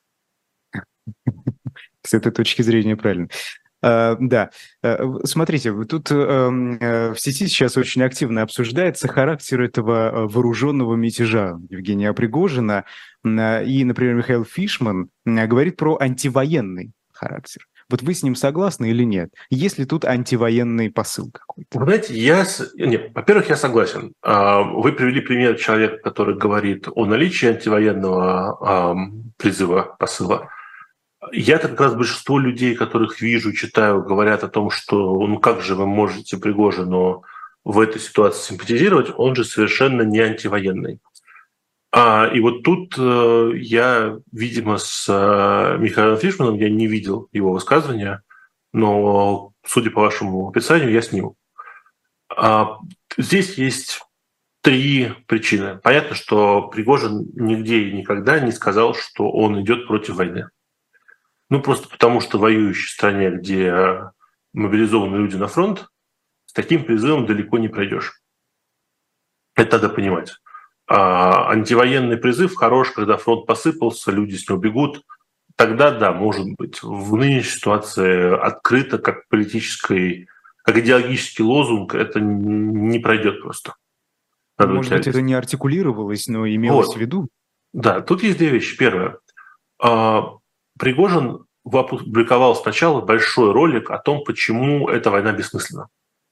С этой точки зрения правильно. А, да, Э, в- смотрите, вот тут эм, э, в сети сейчас очень активно обсуждается характер этого э, вооруженного мятежа Евгения Пригожина. М, э, И, например, Михаил Фишман м, говорит про антивоенный характер. Вот вы с ним согласны или нет? Есть ли тут антивоенный посыл какой-то? Вы знаете, я... с- Нет, во-первых, я согласен. А, Вы привели пример человека, который говорит о наличии антивоенного ам, призыва, посыла. Я-то как раз большинство людей, которых вижу, читаю, говорят о том, что ну как же вы можете Пригожину в этой ситуации симпатизировать, он же совершенно не антивоенный. А, и вот тут э, я, видимо, с э, Михаилом Фишманом, я не видел его высказывания, но, судя по вашему описанию, я с ним. А, здесь есть три причины. Понятно, что Пригожин нигде и никогда не сказал, что он идет против войны. Ну, просто потому, что в воюющей стране, где мобилизованы люди на фронт, с таким призывом далеко не пройдешь. Это надо понимать. А антивоенный призыв хорош, когда фронт посыпался, люди с него бегут. Тогда, да, может быть. В нынешней ситуации открыто, как политический, как идеологический лозунг, это не пройдет просто. Надо быть Может быть, это реалистом. не артикулировалось, но имелось в Вот. виду? Да, тут есть две вещи. Первое. А, Пригожин опубликовал сначала большой ролик о том, почему эта война бессмысленна.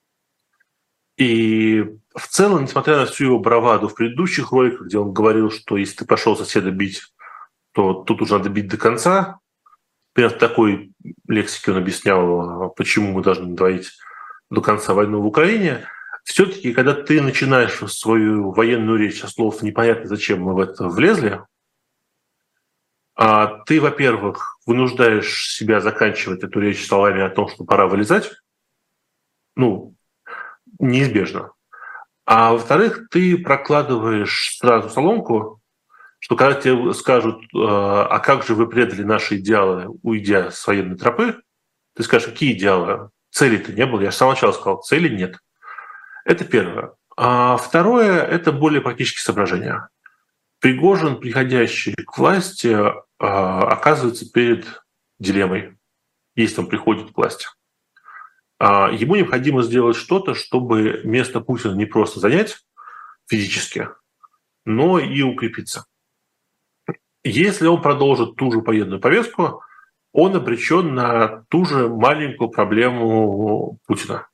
И в целом, несмотря на всю его браваду в предыдущих роликах, где он говорил, что если ты пошел соседа бить, то тут уже надо бить до конца, примерно в такой лексике он объяснял, почему мы должны доводить до конца войну в Украине, все-таки, когда ты начинаешь свою военную речь со слов «непонятно, зачем мы в это влезли», а ты, во-первых, вынуждаешь себя заканчивать эту речь словами о том, что пора вылезать, ну, неизбежно. А во-вторых, ты прокладываешь сразу соломку, что когда тебе скажут, э, а как же вы предали наши идеалы, уйдя с военной тропы, ты скажешь, какие идеалы? Цели-то не было. Я же с самого начала сказал, цели нет. Это первое. А второе – это более практические соображения. Пригожин, приходящий к власти, э, оказывается перед дилеммой, если он приходит к власти. А ему необходимо сделать что-то, чтобы место Путина не просто занять физически, но и укрепиться. Если он продолжит ту же военную повестку, он обречен на ту же маленькую проблему Путина.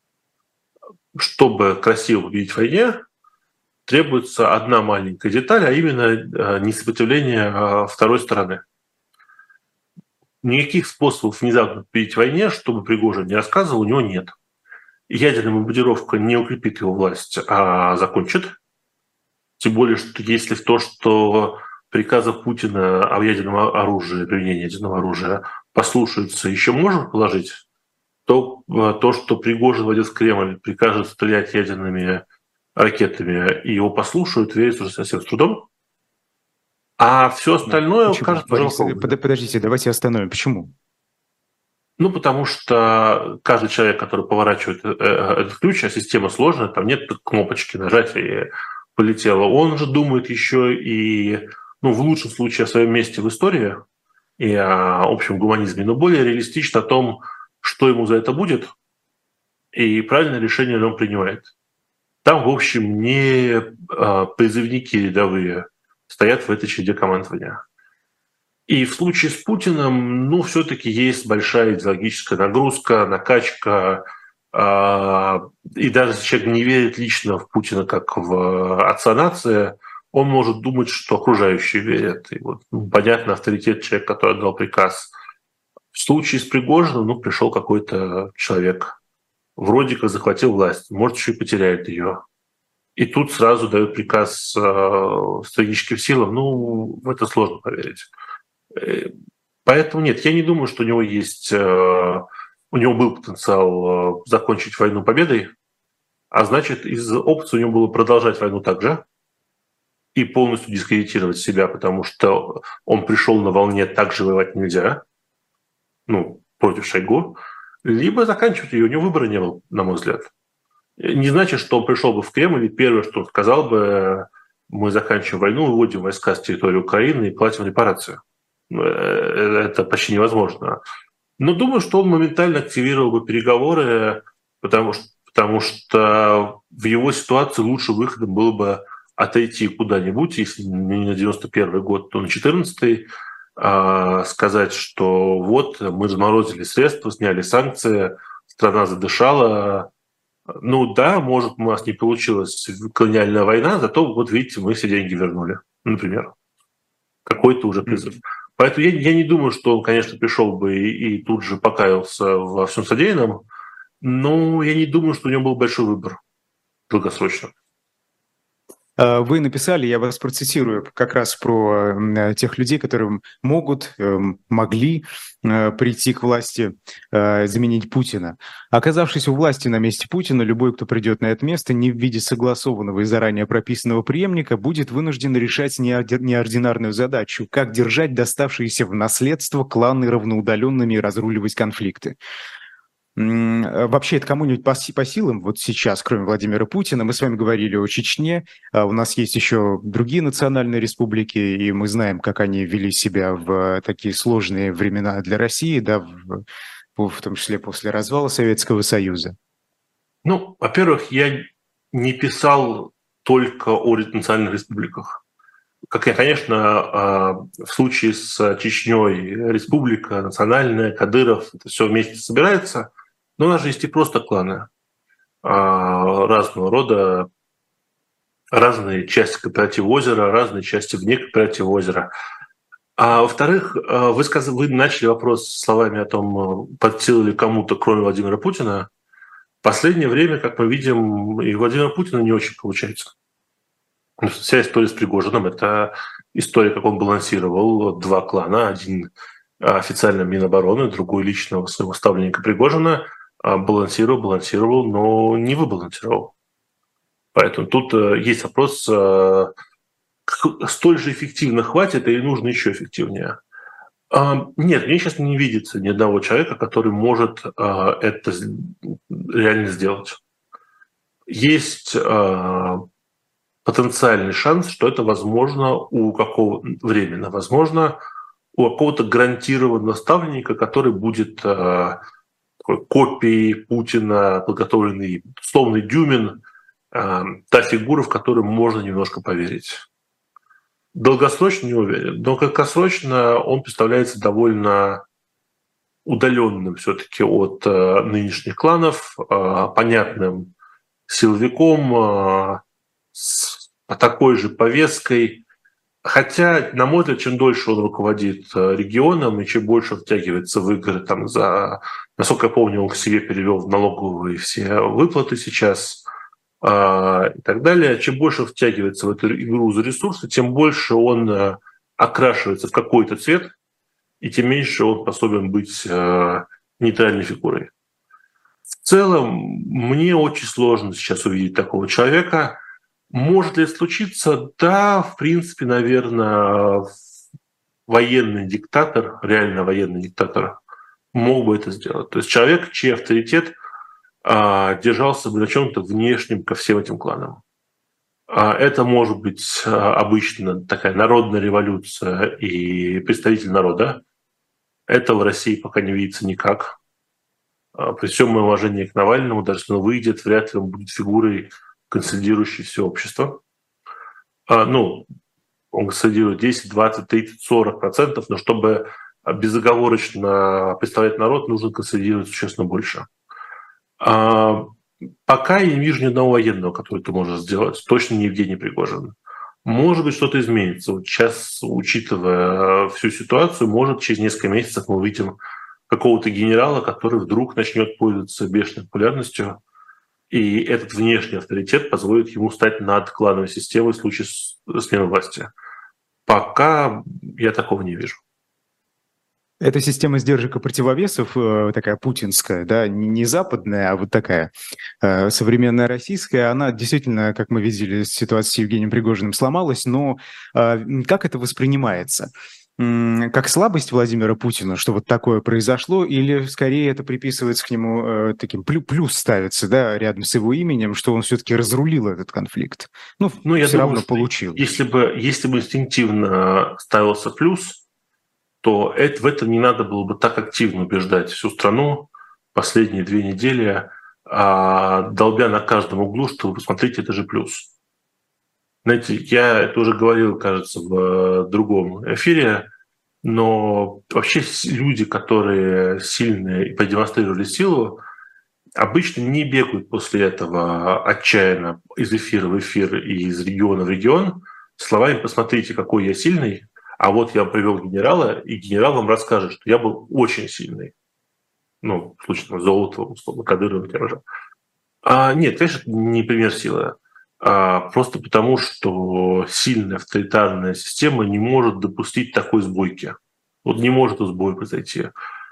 Чтобы красиво победить в войне, требуется одна маленькая деталь, а именно несопротивление второй стороны. Никаких способов внезапно победить в войне, чтобы Пригожин не рассказывал, у него нет. Ядерная бомбардировка не укрепит его власть, а закончит. Тем более, что если в то, что приказов Путина о ядерном оружии, применении ядерного оружия послушаются, еще можно положить, то то, что Пригожин войдет в Кремль, прикажет стрелять ядерными ракетами, и его послушают, верится уже совсем с трудом. А все Ну, остальное почему? кажется уже Борис, э, выполненным. под- подождите, давайте остановим. Почему? Ну, потому что каждый человек, который поворачивает э, э, этот ключ, а система сложная, там нет кнопочки нажать и полетело. Он же думает еще и, ну, в лучшем случае о своем месте в истории и о общем гуманизме, но более реалистично о том, что ему за это будет, и правильное решение он принимает. Там, в общем, не э, призывники рядовые стоят в этой череде командования. И в случае с Путиным, ну, все-таки есть большая идеологическая нагрузка, накачка. Э, и даже если человек не верит лично в Путина как в отца нации, он может думать, что окружающие верят. И вот, ну, понятно, авторитет человека, который отдал приказ. В случае с Пригожиным, ну, пришел какой-то человек вроде как захватил власть, может, еще и потеряет ее. И тут сразу дают приказ э, стратегическим силам. Ну, в это сложно поверить. Э, Поэтому нет, я не думаю, что у него есть... Э, у него был потенциал э, закончить войну победой, а значит, из опции у него было продолжать войну также и полностью дискредитировать себя, потому что он пришел на волне «так же воевать нельзя», ну, против Шойгу, либо заканчивать ее. У него выбора не было, на мой взгляд. Не значит, что он пришел бы в Кремль, и первое, что он сказал бы, мы заканчиваем войну, выводим войска с территории Украины и платим репарацию. Это почти невозможно. Но думаю, что он моментально активировал бы переговоры, потому что, потому что в его ситуации лучшим выходом было бы отойти куда-нибудь, если не на девяносто первый год, то на четырнадцатый, сказать, что вот мы разморозили средства, сняли санкции, страна задышала. Ну да, может, у нас не получилась колониальная война, зато вот видите, мы все деньги вернули, например. Какой-то уже призыв. Mm-hmm. Поэтому я, я не думаю, что он, конечно, пришел бы и, и тут же покаялся во всем содеянном, но я не думаю, что у него был большой выбор долгосрочно. Вы написали, я вас процитирую, как раз про тех людей, которые могут, могли прийти к власти, заменить Путина. Оказавшись у власти на месте Путина, любой, кто придет на это место, не в виде согласованного и заранее прописанного преемника, будет вынужден решать неординарную задачу, как держать доставшиеся в наследство кланы равноудаленными и разруливать конфликты. Вообще это кому-нибудь по, по силам вот сейчас, кроме Владимира Путина? Мы с вами говорили о Чечне, а у нас есть еще другие национальные республики, и мы знаем, как они вели себя в такие сложные времена для России, да, в, в том числе после развала Советского Союза. Ну, во-первых, я не писал только о национальных республиках. Как я, конечно, в случае с Чечней республика, национальная, Кадыров, это все вместе собирается. Но у нас же есть и просто кланы разного рода, разные части кооператива озера, разные части вне кооператива озера. А во-вторых, вы, сказали, вы начали вопрос словами о том, под силу ли кому-то, кроме Владимира Путина. В последнее время, как мы видим, и Владимира Путина не очень получается. Вся история с Пригожиным – это история, как он балансировал два клана. Один официально Минобороны, другой личного своего ставленника Пригожина – балансировал, балансировал, но не выбалансировал. Поэтому тут есть вопрос, столь же эффективно хватит или нужно еще эффективнее. Нет, мне сейчас не видится ни одного человека, который может это реально сделать. Есть потенциальный шанс, что это возможно у какого временно, возможно у какого-то гарантированного ставленника, который будет копии Путина, подготовленный условный Дюмин, э, та фигура, в которую можно немножко поверить. Долгосрочно не уверен, но краткосрочно он представляется довольно удаленным все-таки от э, нынешних кланов, э, понятным силовиком, э, с такой же повесткой. Хотя, на мой взгляд, чем дольше он руководит регионом и чем больше втягивается в игры, там, за, насколько я помню, он к себе перевел в налоговые все выплаты сейчас э, и так далее, чем больше втягивается в эту игру за ресурсы, тем больше он э, окрашивается в какой-то цвет, и тем меньше он способен быть э, нейтральной фигурой. В целом, мне очень сложно сейчас увидеть такого человека. Может ли это случиться? Да, в принципе, наверное, военный диктатор, реально военный диктатор, мог бы это сделать. То есть человек, чей авторитет а, держался бы на чем-то внешнем ко всем этим кланам. А, это может быть а, обычно такая народная революция и представитель народа. Это в России пока не видится никак. А, при всем моем уважении к Навальному, даже если он выйдет, вряд ли он будет фигурой, консолидирующий все общество. А, ну, он консолидирует десять, двадцать, тридцать, сорок процентов, но чтобы безоговорочно представлять народ, нужно консолидировать существенно больше. А, пока я не вижу ни одного военного, который это может сделать. Точно не Евгений Пригожин. Может быть, что-то изменится. Вот сейчас, учитывая всю ситуацию, может, через несколько месяцев мы увидим какого-то генерала, который вдруг начнет пользоваться бешеной популярностью, и этот внешний авторитет позволит ему стать над клановой системой в случае смены власти. Пока я такого не вижу. Эта система сдержек и противовесов, э, такая путинская, да, не западная, а вот такая э, современная российская, она действительно, как мы видели, ситуация с Евгением Пригожиным сломалась, но э, как это воспринимается? М, Как слабость Владимира Путина, что вот такое произошло, или скорее это приписывается к нему, э, таким плю- плюс ставится, да, рядом с его именем, что он все-таки разрулил этот конфликт? Ну, Ну, я все думаю, равно что получилось. если бы, если бы инстинктивно ставился плюс, то это, в этом не надо было бы так активно убеждать всю страну последние две недели, а, долбя на каждом углу, что вы посмотрите, это же плюс. Знаете, я это уже говорил, кажется, в э, другом эфире, но вообще с- люди, которые сильные и продемонстрировали силу, обычно не бегают после этого отчаянно из эфира в эфир и из региона в регион словами «посмотрите, какой я сильный», а вот я привел генерала, и генерал вам расскажет, что я был очень сильный. Ну, в случае там, Золотого, условно, Кадырова тем же. А, нет, конечно, это не пример силы. А, просто потому, что сильная авторитарная система не может допустить такой сбойки. Вот не может сбой произойти.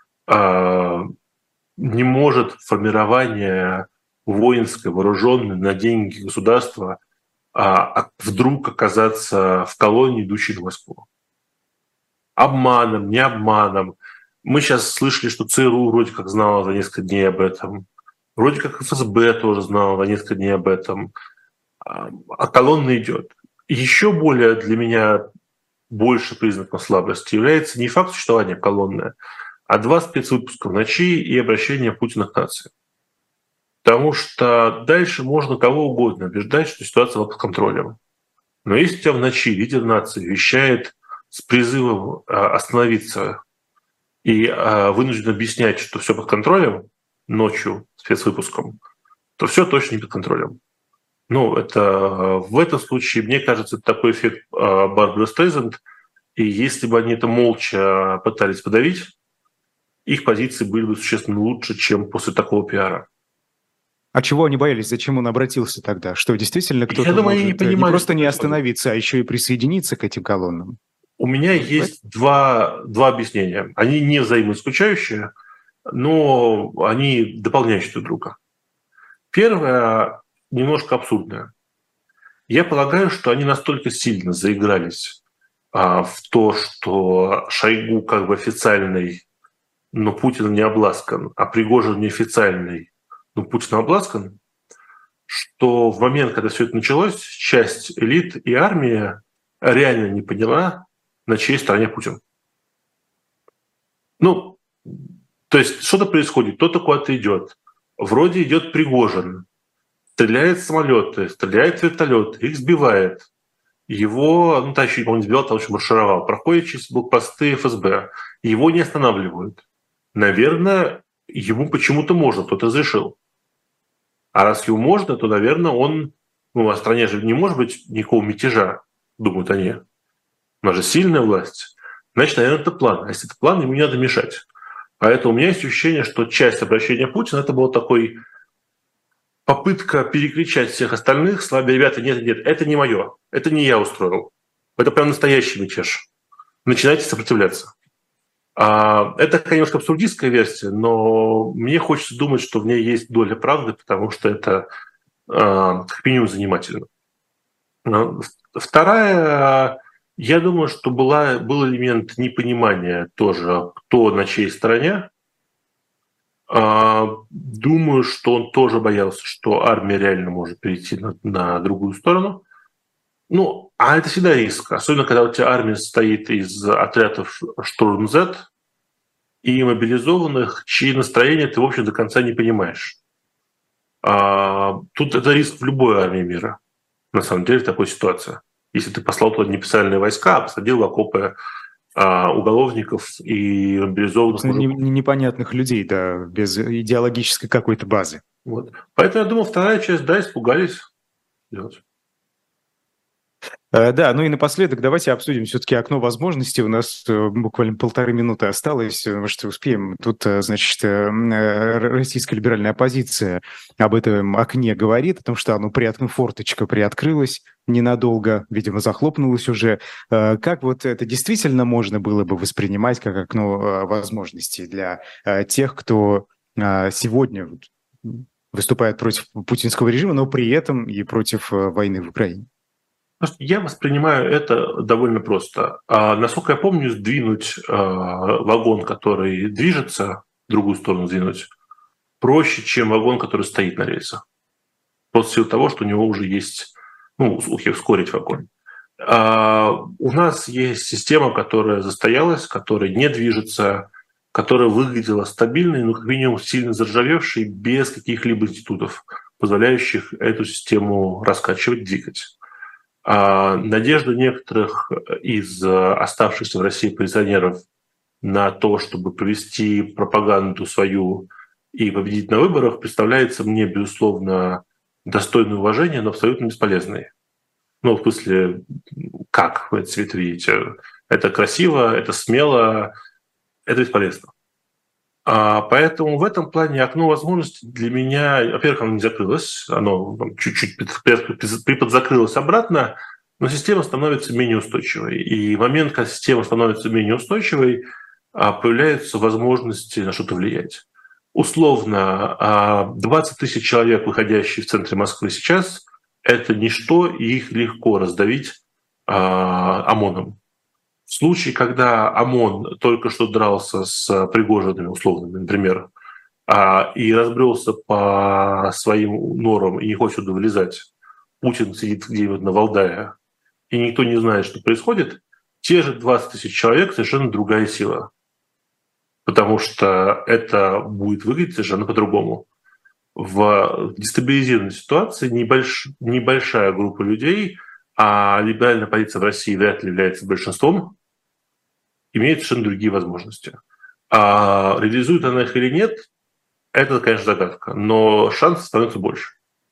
А, не может формирование воинское, вооруженное на деньги государства а, вдруг оказаться в колонии, идущей на Москву. Обманом, не обманом. Мы сейчас слышали, что ЦРУ вроде как знала за несколько дней об этом. Вроде как ФСБ тоже знала за несколько дней об этом. А а колонна идет. Еще более для меня больше признаком слабости является не факт существования колонны, а два спецвыпуска в ночи и обращение Путина к нации. Потому что дальше можно кого угодно убеждать, что ситуация под контролем. Но если у тебя в ночи лидер нации вещает с призывом а, остановиться и а, вынужден объяснять, что все под контролем ночью спецвыпуском, то все точно не под контролем. Ну, это а, в этом случае, мне кажется, это такой эффект а, Барбары Стрейзанд. И если бы они это молча пытались подавить, их позиции были бы существенно лучше, чем после такого пиара. А чего они боялись? Зачем он обратился тогда? Что действительно Я кто-то думаю, они не может э, не понимали, просто что не происходит. остановиться, а еще и присоединиться к этим колоннам? У меня М, в есть два, два объяснения. Они не взаимоисключающие, но они дополняющие друг друга. Первое немножко абсурдное. Я полагаю, что они настолько сильно заигрались а, в то, что Шойгу как бы официальный, но Путин не обласкан, а Пригожин неофициальный, но Путин обласкан, что в момент, когда все это началось, часть элит и армии реально не поняла, на чьей стороне Путин. Ну, то есть что-то происходит, кто-то куда-то идет. Вроде идет Пригожин, стреляет в самолеты, стреляет в вертолеты, их сбивает. Его, ну, товарищ, он не сбивал, товарищ маршировал. Проходит через блокпосты эф эс бэ. Его не останавливают. Наверное, ему почему-то можно, кто-то разрешил. А раз ему можно, то, наверное, он... Ну, а в стране же не может быть никакого мятежа, думают они. У нас же сильная власть. Значит, наверное, это план. А если это план, ему не надо мешать. Поэтому у меня есть ощущение, что часть обращения Путина это был такой попытка перекричать всех остальных, слабые ребята, нет, нет, это не мое, это не я устроил. Это прям настоящий мятеж. Начинайте сопротивляться. А, это, конечно, абсурдистская версия, но мне хочется думать, что в ней есть доля правды, потому что это а, как минимум занимательно. А, Вторая, я думаю, что была, был элемент непонимания тоже, кто на чьей стороне. А, Думаю, что он тоже боялся, что армия реально может перейти на, на другую сторону. Ну, а это всегда риск, особенно когда у тебя армия состоит из отрядов Штурм Z и мобилизованных, чьи настроения ты, в общем, до конца не понимаешь. А, тут это риск в любой армии мира, на самом деле, такой ситуации. Если ты послал туда неписальные войска, а посадил в окопы а, уголовников и мобилизованных Не- мужиков. не- непонятных людей, да, без идеологической какой-то базы. Вот. Поэтому я думаю, вторая часть, да, испугались. Делать. Э, Да, ну и напоследок давайте обсудим все-таки окно возможностей. У нас э, буквально полторы минуты осталось, э, может, успеем. Тут, э, значит, э, м, э, российская либеральная оппозиция об этом окне говорит, о том, что оно приоткрылось, форточка приоткрылась ненадолго, видимо, захлопнулась уже. Э, Как вот это действительно можно было бы воспринимать как окно э, возможностей для э, тех, кто э, сегодня вот, м, выступает против путинского режима, но при этом и против э, войны в Украине? Потому что я воспринимаю это довольно просто. А, насколько я помню, сдвинуть а, вагон, который движется, в другую сторону сдвинуть, проще, чем вагон, который стоит на рельсах. Просто в силу того, что у него уже есть, ну, ускорить вагон. А, у нас есть система, которая застоялась, которая не движется, которая выглядела стабильной, но как минимум сильно заржавевшей, без каких-либо институтов, позволяющих эту систему раскачивать, двигать. А надежда некоторых из оставшихся в России пенсионеров на то, чтобы провести пропаганду свою и победить на выборах, представляется мне, безусловно, достойной уважения, но абсолютно бесполезной. Ну, в смысле, как вы это видите? Это красиво, это смело, это бесполезно. А поэтому в этом плане окно возможностей для меня, во-первых, оно не закрылось, оно там, чуть-чуть приподзакрылось обратно, но система становится менее устойчивой. И в момент, когда система становится менее устойчивой, а, появляются возможности на что-то влиять. Условно, а, двадцать тысяч человек, выходящие в центре Москвы сейчас, это ничто, и их легко раздавить а, ОМОНом. В случае, когда ОМОН только что дрался с Пригожиными, условными, например, а, и разбрелся по своим норам и не хочет туда вылезать, Путин сидит где-нибудь на Валдае, и никто не знает, что происходит, те же двадцать тысяч человек совершенно другая сила. Потому что это будет выглядеть совершенно по-другому. В дестабилизированной ситуации небольш... небольшая группа людей, а либеральная позиция в России вряд ли является большинством, имеет совершенно другие возможности. А реализует она их или нет, это, конечно, загадка, но шансов становится больше.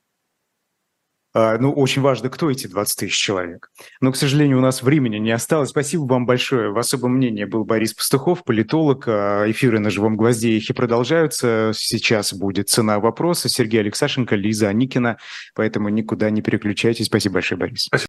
А, Ну, очень важно, кто эти двадцать тысяч человек. Но, к сожалению, у нас времени не осталось. Спасибо вам большое. В особом мнении был Борис Пастухов, политолог. А, Эфиры на «Живом гвозде» их и продолжаются. Сейчас будет «Цена вопроса». Сергей Алексашенко, Лиза Аникина. Поэтому никуда не переключайтесь. Спасибо большое, Борис. Спасибо.